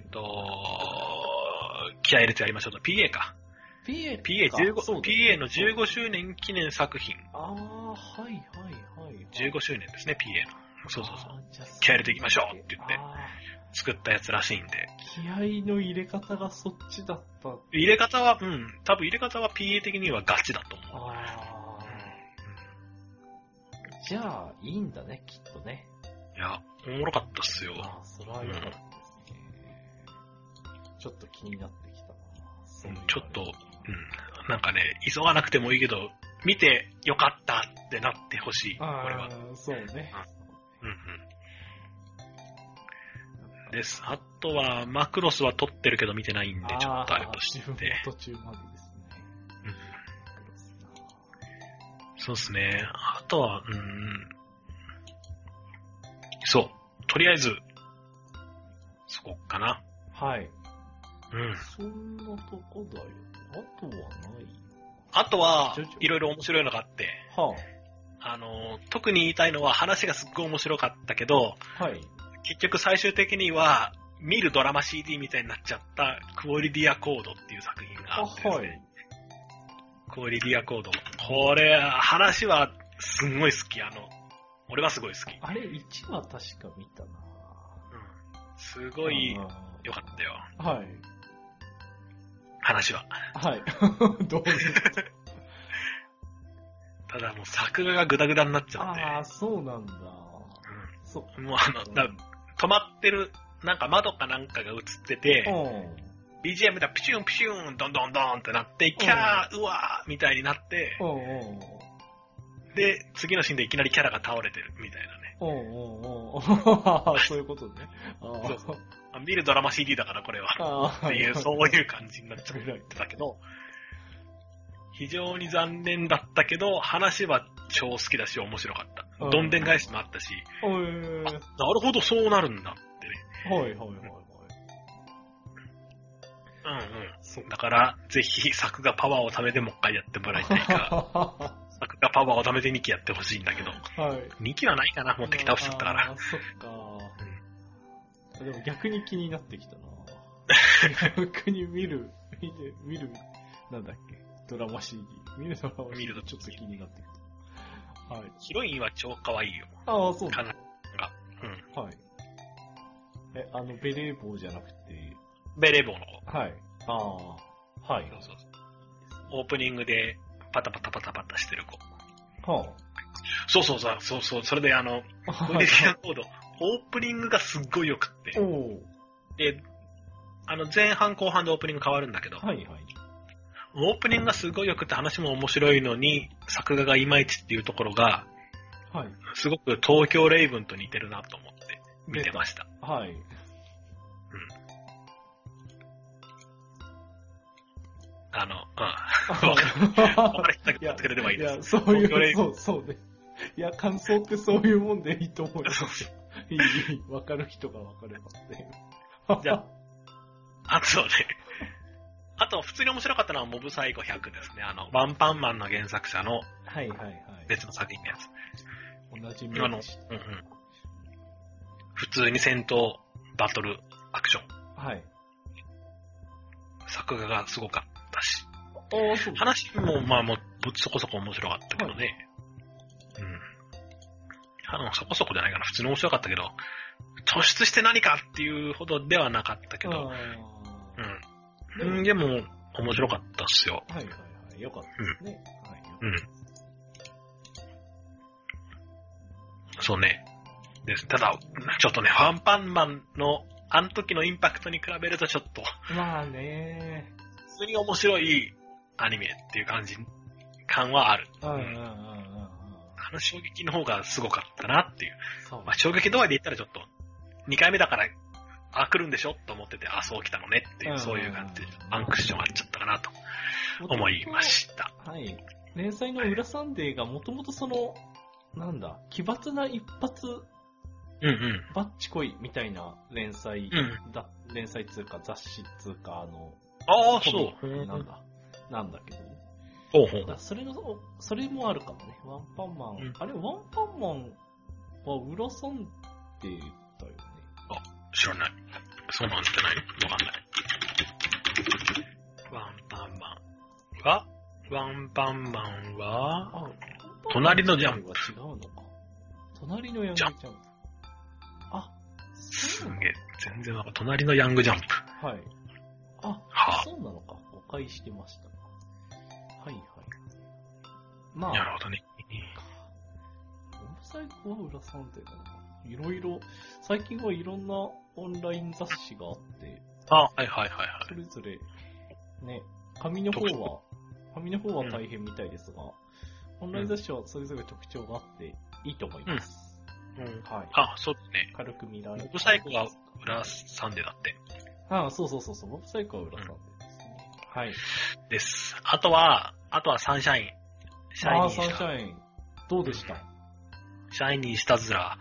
気合入れてやりましょうと。PA か。PA の15周年記念作品。15周年ですね、PA の。そう。気合入れていきましょうって言って、作ったやつらしいんで。 気合の入れ方がそっちだった。 入れ方は、多分入れ方は PA 的にはガチだと思う。 じゃあ、いいんだね、きっとね。 いや、おもろかったっすよ。 それは良かったですね。ちょっと気になってきたな。 ちょっと、なんかね、急がなくてもいいけど、見てよかったってなってほしい、これは。 そうね。 です。あとは、マクロスは撮ってるけど見てないんで、ちょっとあれとして。 途中までですね。 そうですね。あとは、そう。とりあえず、そこかな。 はい。そんなとこだよ。 あとは、いろいろ面白いのがあって、特に言いたいのは話がすっごい面白かったけど、結局最終的には、 見るドラマ CD みたいになっちゃったクオリディアコードっていう作品があってですね。クオリディアコード。これ、話はすんごい好き。俺はすごい好き。 あれ、1話確か見たな。 すごい良かったよ。 はい。 話は。 はい。どうですか？ ただもう作画がグダグダになっちゃって。 ああ、そうなんだ。 そう。もう止まってる、なんか窓かなんかが映ってて、BGM がピシュンピシュン、ドンドンドンってなって、キャー、うわーみたいになって、で、次のシーンでいきなりキャラが倒れてるみたいなね。 そういうことね。 そう見るドラマ CD だからこれは。っていう、そういう感じになっちゃってたけど、非常に残念だったけど、話は超好きだし面白かった。どんでん返しもあったし、なるほどそうなるんだってね。 はいはいはいはい。 だから、ぜひ作画パワーを貯めてもう一回やってもらいたいか。作画パワーを貯めて2期やってほしいんだけど。はい。2期はないかな、持ってき倒しちゃったから。 そっか。でも逆に気になってきたな。逆に見る、なんだっけ、ドラマ CD。見るドラマ CD ちょっと気になってきた。はい。 ヒロインは超可愛いよ。 ああ、そうだ。 かなが。 はい。ベレー帽じゃなくて。 ベレー帽の子。 はい。ああ、はい。 そう。オープニングでパタパタパタパタしてる子。 はあ。 そう、それでブリディアコード、オープニングがすっごい良くって。で、前半後半でオープニング変わるんだけど。 はいはい。 オープニングがすごい良くて話も面白いのに、作画がいまいちっていうところが、はい。すごく東京レイブンと似てるなと思って見てました。 はい。 わかる人だけやってくれればいいです。 いや、そういう、そうね。いや、感想ってそういうもんでいいと思います。いい、わかる人がわかればって。 じゃあ、そうね。あと、普通に面白かったのはモブサイコ100ですね。ワンパンマンの原作者の、別の作品のやつ。 同じ名前。 普通に戦闘、バトル、アクション。 はい。 作画がすごかったし。 そう話も、もう、そこそこ面白かったけどね。そこそこじゃないかな。普通に面白かったけど、突出して何かっていうほどではなかったけど、でも、面白かったっすよ。 はい。よかったですね。 そうね。ただ、ちょっとね、ワンパンマンの、あの時のインパクトに比べるとちょっと。 まあね。 普通に面白いアニメっていう感はある。衝撃の方がすごかったなっていう。衝撃度合いで言ったらちょっと、2回目だから、来るんでしょと思ってて、そう来たのねっていう、そういう感じで、ワンクッションあっちゃったかなと思いました。 はい。連載の裏サンデーがもともと奇抜な一発、バッチコイみたいな連載通貨、雑誌通貨そう。 なんだけどね。それもあるかもね。ワンパンマン。あれ、ワンパンマンは裏サンデーだよね。 知らない。そうなんじゃない？わかんない。ワンパンマンは、隣のジャンプ。 違うのか。隣のヤングジャンプ。 すげえ。全然わかんない。隣のヤングジャンプ。 はい。そうなのか。誤解してました。はい。 なるほどね。 モブサイコは裏サンデーだな。いろいろ、最近はいろんなオンライン雑誌があって、 はい。 それぞれ、ね、紙の方は大変みたいですが、オンライン雑誌はそれぞれ特徴があっていいと思います。はい。 そうですね。 軽く見られる。 モブサイコが裏サンデーだって。 そう。モブサイコは裏サンデーですね。はい。 です。あとはサンシャイン。 サンシャイン。どうでした？ シャイニーしたずら。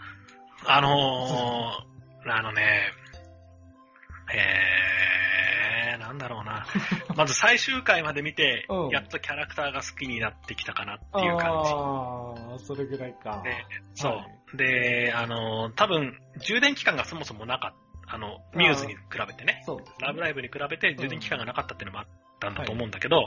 なんだろうな。まず最終回まで見て、やっとキャラクターが好きになってきたかなっていう感じ。それぐらいか。 そう。で、多分、充電期間がそもそもなかっミューズに比べてね。 そうですね。 ラブライブに比べて充電期間がなかったっていうのもあったんだと思うんだけど、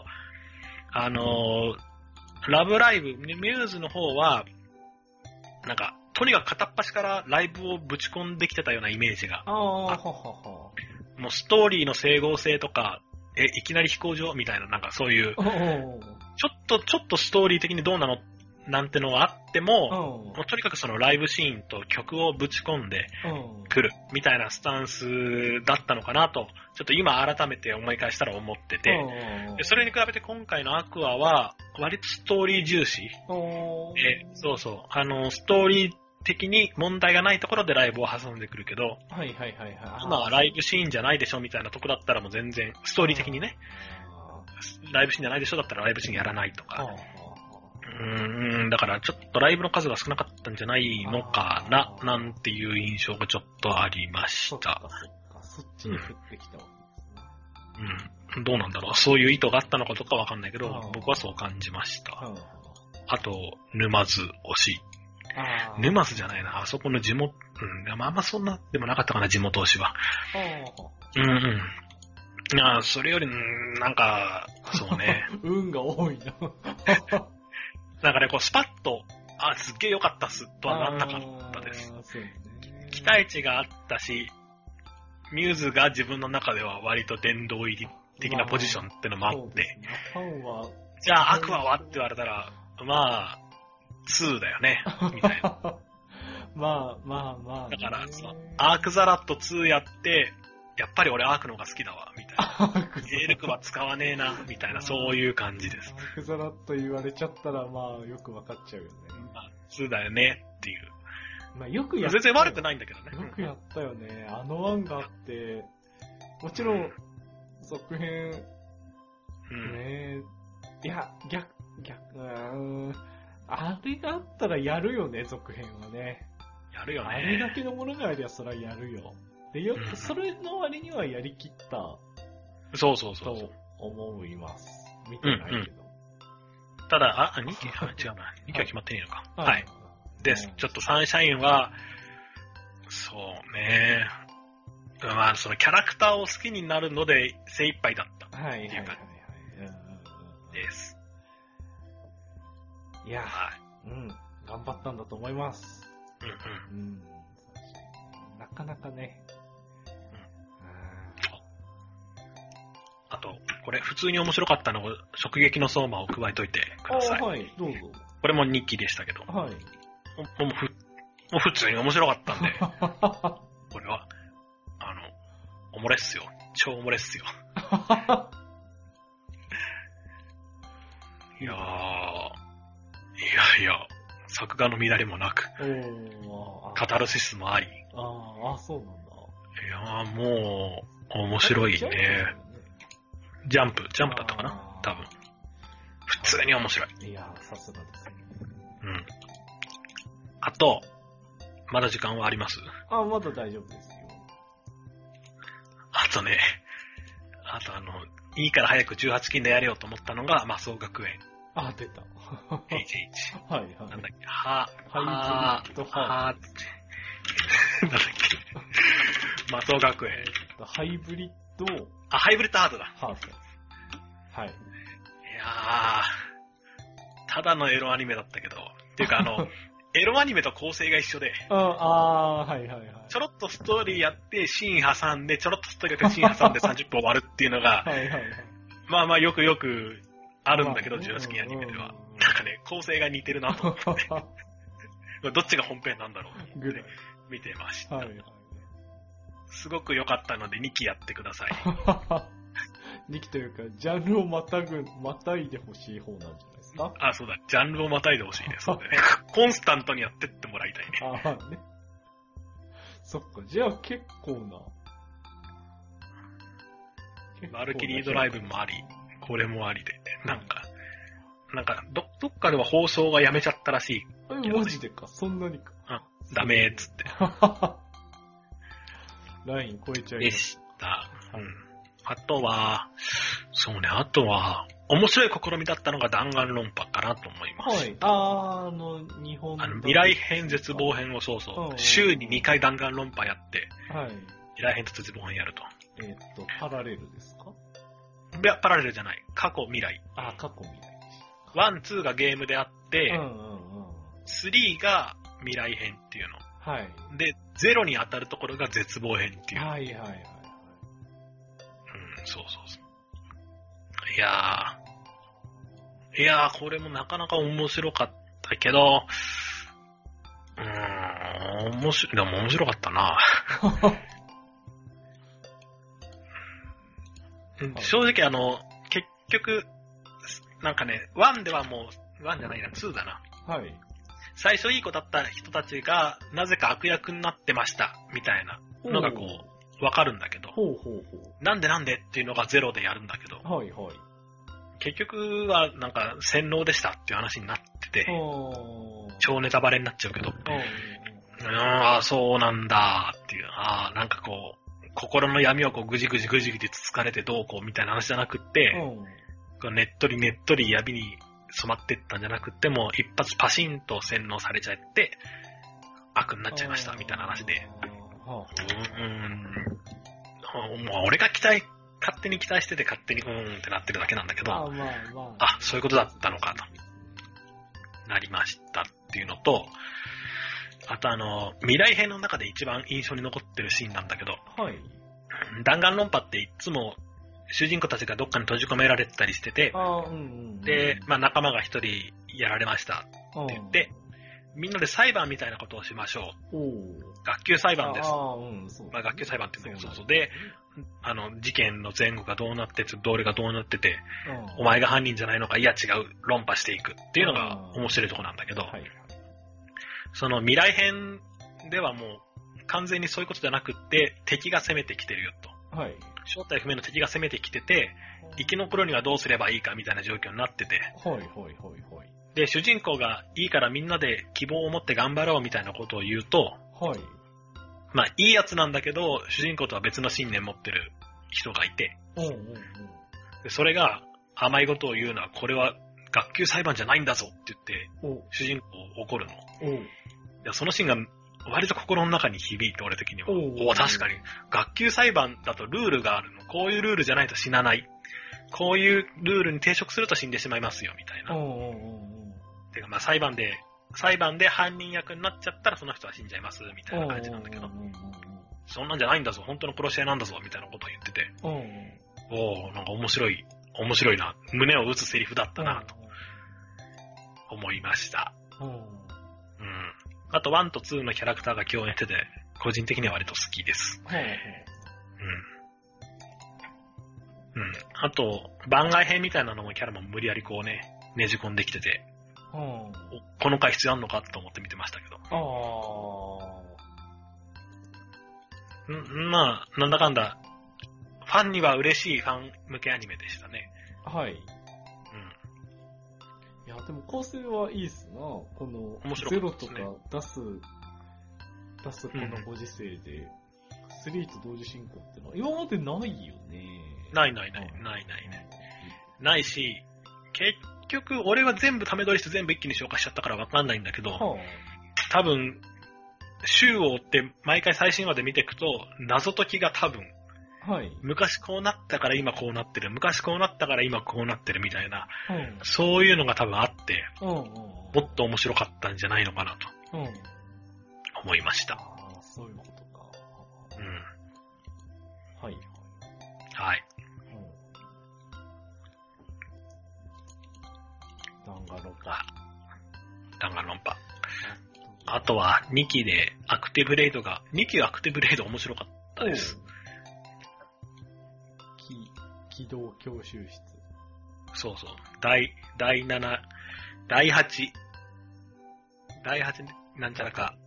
ラブライブ、ミューズの方は、なんか、とにかく片っ端からライブをぶち込んできてたようなイメージが。もうストーリーの整合性とか、いきなり飛行場みたいな、なんかそういう、ちょっとストーリー的にどうなのなんてのがあっても、もうとにかくそのライブシーンと曲をぶち込んでくるみたいなスタンスだったのかなと、ちょっと今改めて思い返したら思ってて、でそれに比べて今回のアクアは割とストーリー重視。そうそう。ストーリー的に問題がないところでライブを挟んでくるけど、今はライブシーンじゃないでしょみたいなところだったらもう全然、ストーリー的にね、ライブシーンじゃないでしょだったらライブシーンやらないとか。だからちょっとライブの数が少なかったんじゃないのかな、なんていう印象がちょっとありました。 そっちに降ってきたわけですね。 どうなんだろう。そういう意図があったのかどうかわかんないけど、僕はそう感じました。あと、沼津推し。沼津じゃないな、あそこの地元、あんまそんなでもなかったかな、地元推しは。それより、なんか、そうね。 運が多いな。 なんかね、こう、スパッと、すっげえ良かったっす、とはなんなかったです。期待値があったし、ミューズが自分の中では割と殿堂入り的なポジションってのもあって、じゃあ、アクアはって言われたら、まあ、2だよね、みたいな。 まあ。 だから、アークザラット2やって、やっぱり俺アークの方が好きだわ、みたいな。エルクは使わねえな、みたいな、そういう感じです。 アークザラット言われちゃったら、まあ、よくわかっちゃうよね。 2だよね、っていう。 よくやった。 全然悪くないんだけどね。 よくやったよね。あの案があって、もちろん、続編、ねいや、あれがあったらやるよね、続編はね。 やるよね。 あれだけのものがありゃそらやるよ。で、よくそれの割にはやりきった。 そうと思います。見てないけど。 ただ、2期違うな。2期は決まってねえのか。はい。です。ちょっとサンシャインは、そうね。まあ、そのキャラクターを好きになるので精一杯だった。っていう感じです。 いや、頑張ったんだと思います。なかなかね。 あと、これ普通に面白かったのを、直撃の相馬を加えといてください。 はい、どうぞ。 これも2期でしたけど。 はい。 もう普通に面白かったんで。これは、おもれっすよ。超おもれっすよ。いや、作画の乱れもなく、カタルシスもあり。 そうなんだ。 いやもう、面白いね。ジャンプだったかな多分。普通に面白い。 いやさすがですね。 あと、まだ時間はあります？ まだ大丈夫ですよ。 あとね、いいから早く18禁でやれようと思ったのが、マスオ学園。 出た。 HH。 はいはい。 なんだっけ、 なんだっけ。マスオ学園。 ハイブリッド。 ハイブリッドハードだ。 はい。いやただのエロアニメだったけど、っていうかエロアニメと構成が一緒で。ちょろっとストーリーやって、シーン挟んで、ちょろっとストーリーやって、シーン挟んで30分終わるっていうのが、まあよくあるんだけど、18禁アニメでは。なんかね、構成が似てるなと思って。どっちが本編なんだろうと思って見てました。すごく良かったので2期やってください。 2期というか、ジャンルをまたいでほしい方なんじゃないですか？ そうだ。ジャンルをまたいでほしいね。そうだね。コンスタントにやってってもらいたいね。 ね。そっか、じゃあ結構な。 バルキリードライブもあり、これもありで、なんか、どっかでは放送がやめちゃったらしい。 マジでか、そんなにか。 ダメーっつって。 ライン超えちゃいました。あとは、面白い試みだったのが弾丸論破かなと思います。 日本未来編、絶望編を週に2回弾丸論破やって、 未来編と絶望編やると。 パラレルですか？ いや、パラレルじゃない。過去、未来。 あ、過去、未来。 1、2がゲームであって、3が未来編っていうの。 はい。 で、0に当たるところが絶望編っていう。 はいはいはいはい。 そうそうそう。いやー、これもなかなか面白かったけど、でも面白かったな。正直結局、なんかね、1ではもう、1じゃないな、2だな。 はい。 最初いい子だった人たちが、なぜか悪役になってました、みたいなのがこう、わかるんだけど、なんでっていうのが0でやるんだけど、 はいはい。 結局はなんか洗脳でしたっていう話になってて、超ネタバレになっちゃうけど、ああ、そうなんだっていう、なんかこう、心の闇をこうぐじぐじつつかれてどうこうみたいな話じゃなくって、ねっとり闇に染まっていったんじゃなくっても、一発パシンと洗脳されちゃって、悪になっちゃいましたみたいな話で。もう俺が勝手に期待してて勝手にってなってるだけなんだけど、そういうことだったのかとなりましたっていうのと、あと未来編の中で一番印象に残ってるシーンなんだけど、 はい、 弾丸論破っていつも主人公たちがどっかに閉じ込められてたりしてて、で、仲間が一人やられましたって言って、みんなで裁判みたいなことをしましょう。学級裁判です。学級裁判って言うんだけど、そうで、事件の前後がどうなってて、どれがどうなってて、お前が犯人じゃないのか、いや違う、論破していくっていうのが面白いとこなんだけど、その未来編ではもう完全にそういうことじゃなくって、敵が攻めてきてるよと。正体不明の敵が攻めてきてて、生き残るにはどうすればいいかみたいな状況になってて、で、主人公がいいからみんなで希望を持って頑張ろうみたいなことを言うと、いいやつなんだけど、主人公とは別の信念持ってる人がいて、でそれが甘いことを言うのは、これは学級裁判じゃないんだぞって言って、主人公怒るの。でそのシーンが割と心の中に響いて、俺的には。確かに。学級裁判だとルールがあるの。こういうルールじゃないと死なない。こういうルールに抵触すると死んでしまいますよ、みたいな。てか裁判で犯人役になっちゃったらその人は死んじゃいます、みたいな感じなんだけど。そんなんじゃないんだぞ、本当の殺し屋なんだぞ、みたいなことを言ってて。なんか面白いな。胸を打つセリフだったな、と思いました。あと1と2のキャラクターが共演してて、個人的には割と好きです。あと、番外編みたいなのもキャラも無理やりこうね、ねじ込んできてて、この回必要あんのかと思って見てましたけど。なんだかんだ、ファンには嬉しいファン向けアニメでしたね。 いや、でも構成はいいっすな。このゼロとか出すこのご時世で、3と同時進行ってのは今までないよね。 ないし、結局俺は全部ため撮りして全部一気に消化しちゃったから分かんないんだけど、多分週を追って毎回最新話で見ていくと謎解きが多分、昔こうなったから今こうなってる、昔こうなったから今こうなってるみたいな、そういうのが多分あって、もっと面白かったんじゃないのかなと思いました。 そういうことか。 弾丸論破。あとは2期でアクティブレイド面白かったです。 機動教習室。 そうそう。第7、第8なんちゃらか。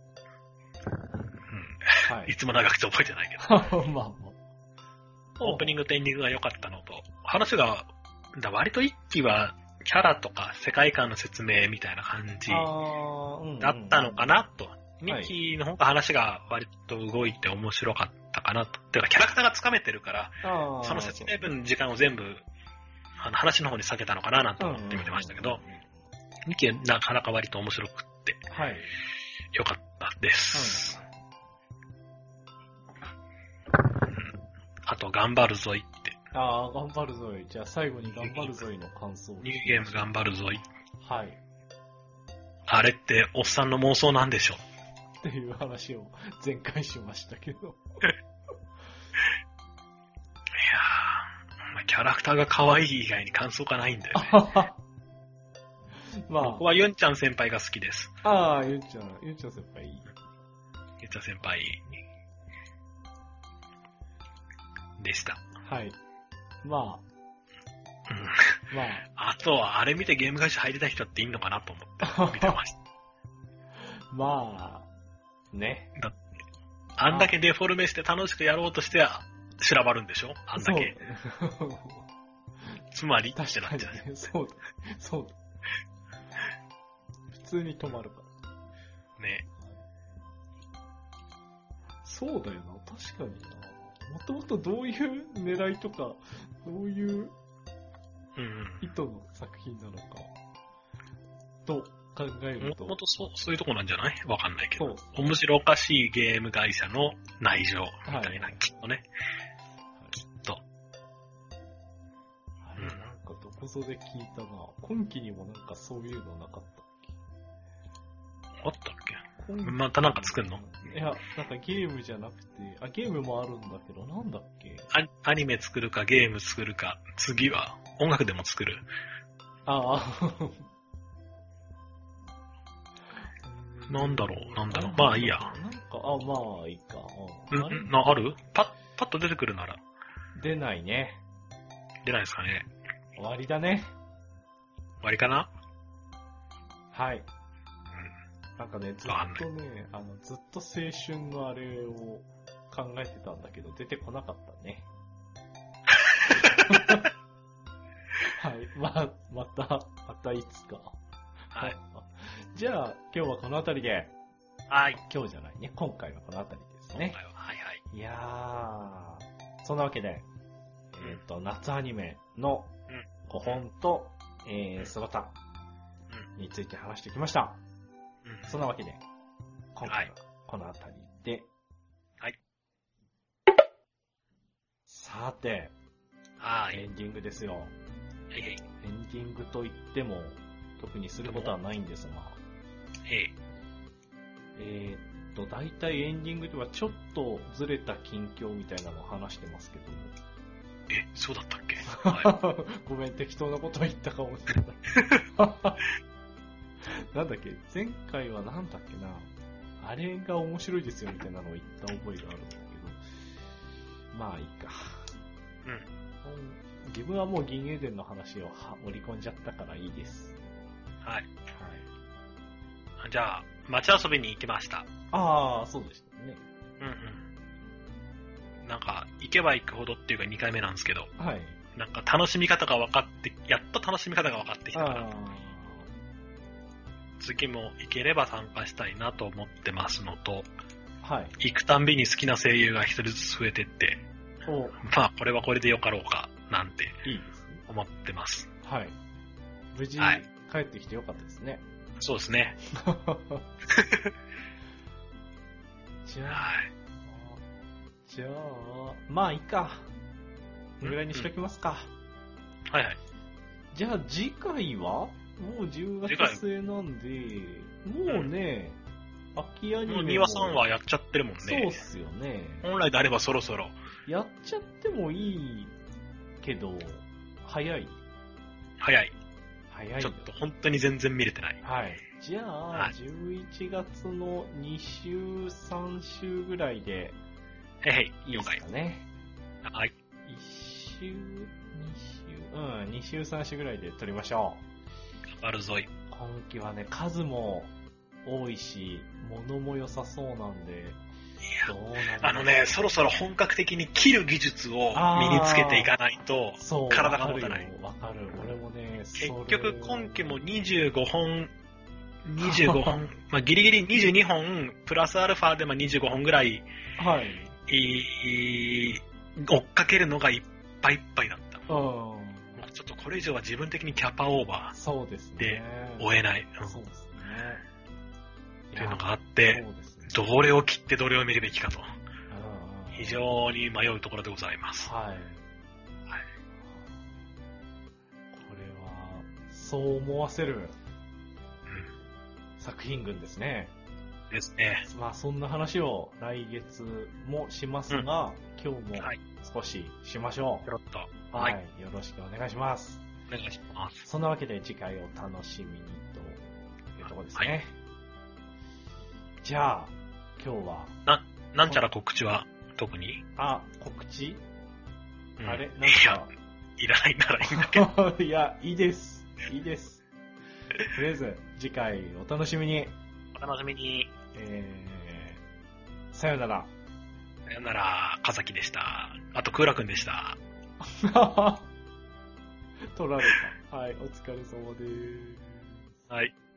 いつも長くて覚えてないけど。オープニングとエンディングが良かったのと、話が、割と1期はキャラとか世界観の説明みたいな感じだったのかなと。2期の方が話が割と動いて面白かったかなと。てかキャラクターがつかめてるから、その説明文の時間を全部話の方に避けたのかななんて思って見てましたけど、2期なかなか割と面白くって良かったです。 と、頑張るぞいって。 ああ、頑張るぞい。じゃあ最後に頑張るぞいの感想。 ニューゲーム頑張るぞい。 はい。 あれって、おっさんの妄想なんでしょっていう話を前回しましたけど。いやー、キャラクターが可愛い以外に感想がないんだよね。まあ、僕はユンちゃん先輩が好きです。 ああ、ユンちゃん先輩いい。 ユンちゃん先輩でした。 はい。まあ。 まあ。あとは、あれ見てゲーム会社入りたい人っていいのかなと思って見てました。 まあ、ね。 だって、あんだけデフォルメして楽しくやろうとしては、修羅場るんでしょあんだけ。つまりってなっちゃう。 そうだ。普通に止まるから。ね。そうだよな、確かにな。もともとどういう狙いとか、どういう意図の作品なのか、と考えると。 もともとそういうとこなんじゃない？わかんないけど。面白おかしいゲーム会社の内情みたいな、はい、きっとね。はい、きっと。 あれ、なんかどこぞで聞いたな。今期にもなんかそういうのなかったっけ？ あったっけ？またなんか作んの？ いや、なんかゲームじゃなくて、ゲームもあるんだけど、なんだっけ？ アニメ作るかゲーム作るか、次は音楽でも作る。ああ。なんだろう。まあいいや。 なんか、まあいいか。 ある？パッと出てくるなら。 出ないね。 出ないですかね。 終わりだね。 終わりかな？ はい。なんかね、ずっとね、ずっと青春のあれを考えてたんだけど、出てこなかったね。はい。またいつか。 はい。 じゃあ、今日はこの辺りで。 はい。 今日じゃないね。今回はこの辺りですね。 今回は、はいはい。 いやー、そんなわけで、夏アニメの5本と、スゴタについて話してきました。そんなわけで、今回はこの辺りで。 はい。 さて、エンディングですよ。 はいはい。 エンディングといっても、特にすることはないんですが。だいたいエンディングではちょっとずれた近況みたいなのを話してますけども。 そうだったっけ？ はい、ごめん、適当なこと言ったかもしれない。なんだっけ、前回はなんだっけな、あれが面白いですよみたいなのを言った覚えがあるんだけど、まあいいか。自分はもう銀英伝の話を盛り込んじゃったからいいです。 はい。じゃあ、街遊びに行きました。 ああ、そうでしたね。 なんか、行けば行くほどっていうか2回目なんですけど、 はい。 なんか楽しみ方が分かって、やっと楽しみ方が分かってきたから、次も行ければ参加したいなと思ってますのと、 はい。 行くたんびに好きな声優が一人ずつ増えてって、まあこれはこれでよかろうかなんて思ってます。 はい。無事、帰ってきてよかったですね。 そうですね。 じゃあ、まあいいか。これぐらいにしときますか。 はいはい。 じゃあ次回はもう10月末なんで、もうね、秋アニメも。 庭さんはやっちゃってるもんね。 そうっすよね。 本来であればそろそろ。 やっちゃってもいいけど、早い。 ちょっと本当に全然見れてない。 はい。じゃあ、11月の2週、3週ぐらいで、いいですかね。 はい。 1週、2週、3週ぐらいで撮りましょう。頑張るぞい。 今期はね、数も多いし、物も良さそうなんで、 どうなんだろう。そろそろ本格的に切る技術を身につけていかないと、体が持たない。 わかる。俺もね、 結局今期も25本、まあギリギリ22本、プラスアルファでも25本ぐらい、追っかけるのがいっぱいいっぱいだった。もうちょっとこれ以上は自分的にキャパオーバーで追えない。 そうですね。 っていうのがあって、どれを切ってどれを見るべきかと非常に迷うところでございます。 はい。はい。これは、そう思わせる、作品群ですね。 ですね。 まあそんな話を来月もしますが、今日も少ししましょう。 よろっと。 はい。よろしくお願いします。 お願いします。 そんなわけで次回を楽しみにというところですね。はい、じゃあ、今日は。 なんちゃら告知は特に？ 告知、 あれなんか。 いらないならいいんだけど。 いや、いいです。いいです。とりあえず、次回お楽しみに。 お楽しみに。 さよなら。 さよなら、かざきでした。あと、クーラくんでした。 取られた。はい、お疲れ様です。 はい。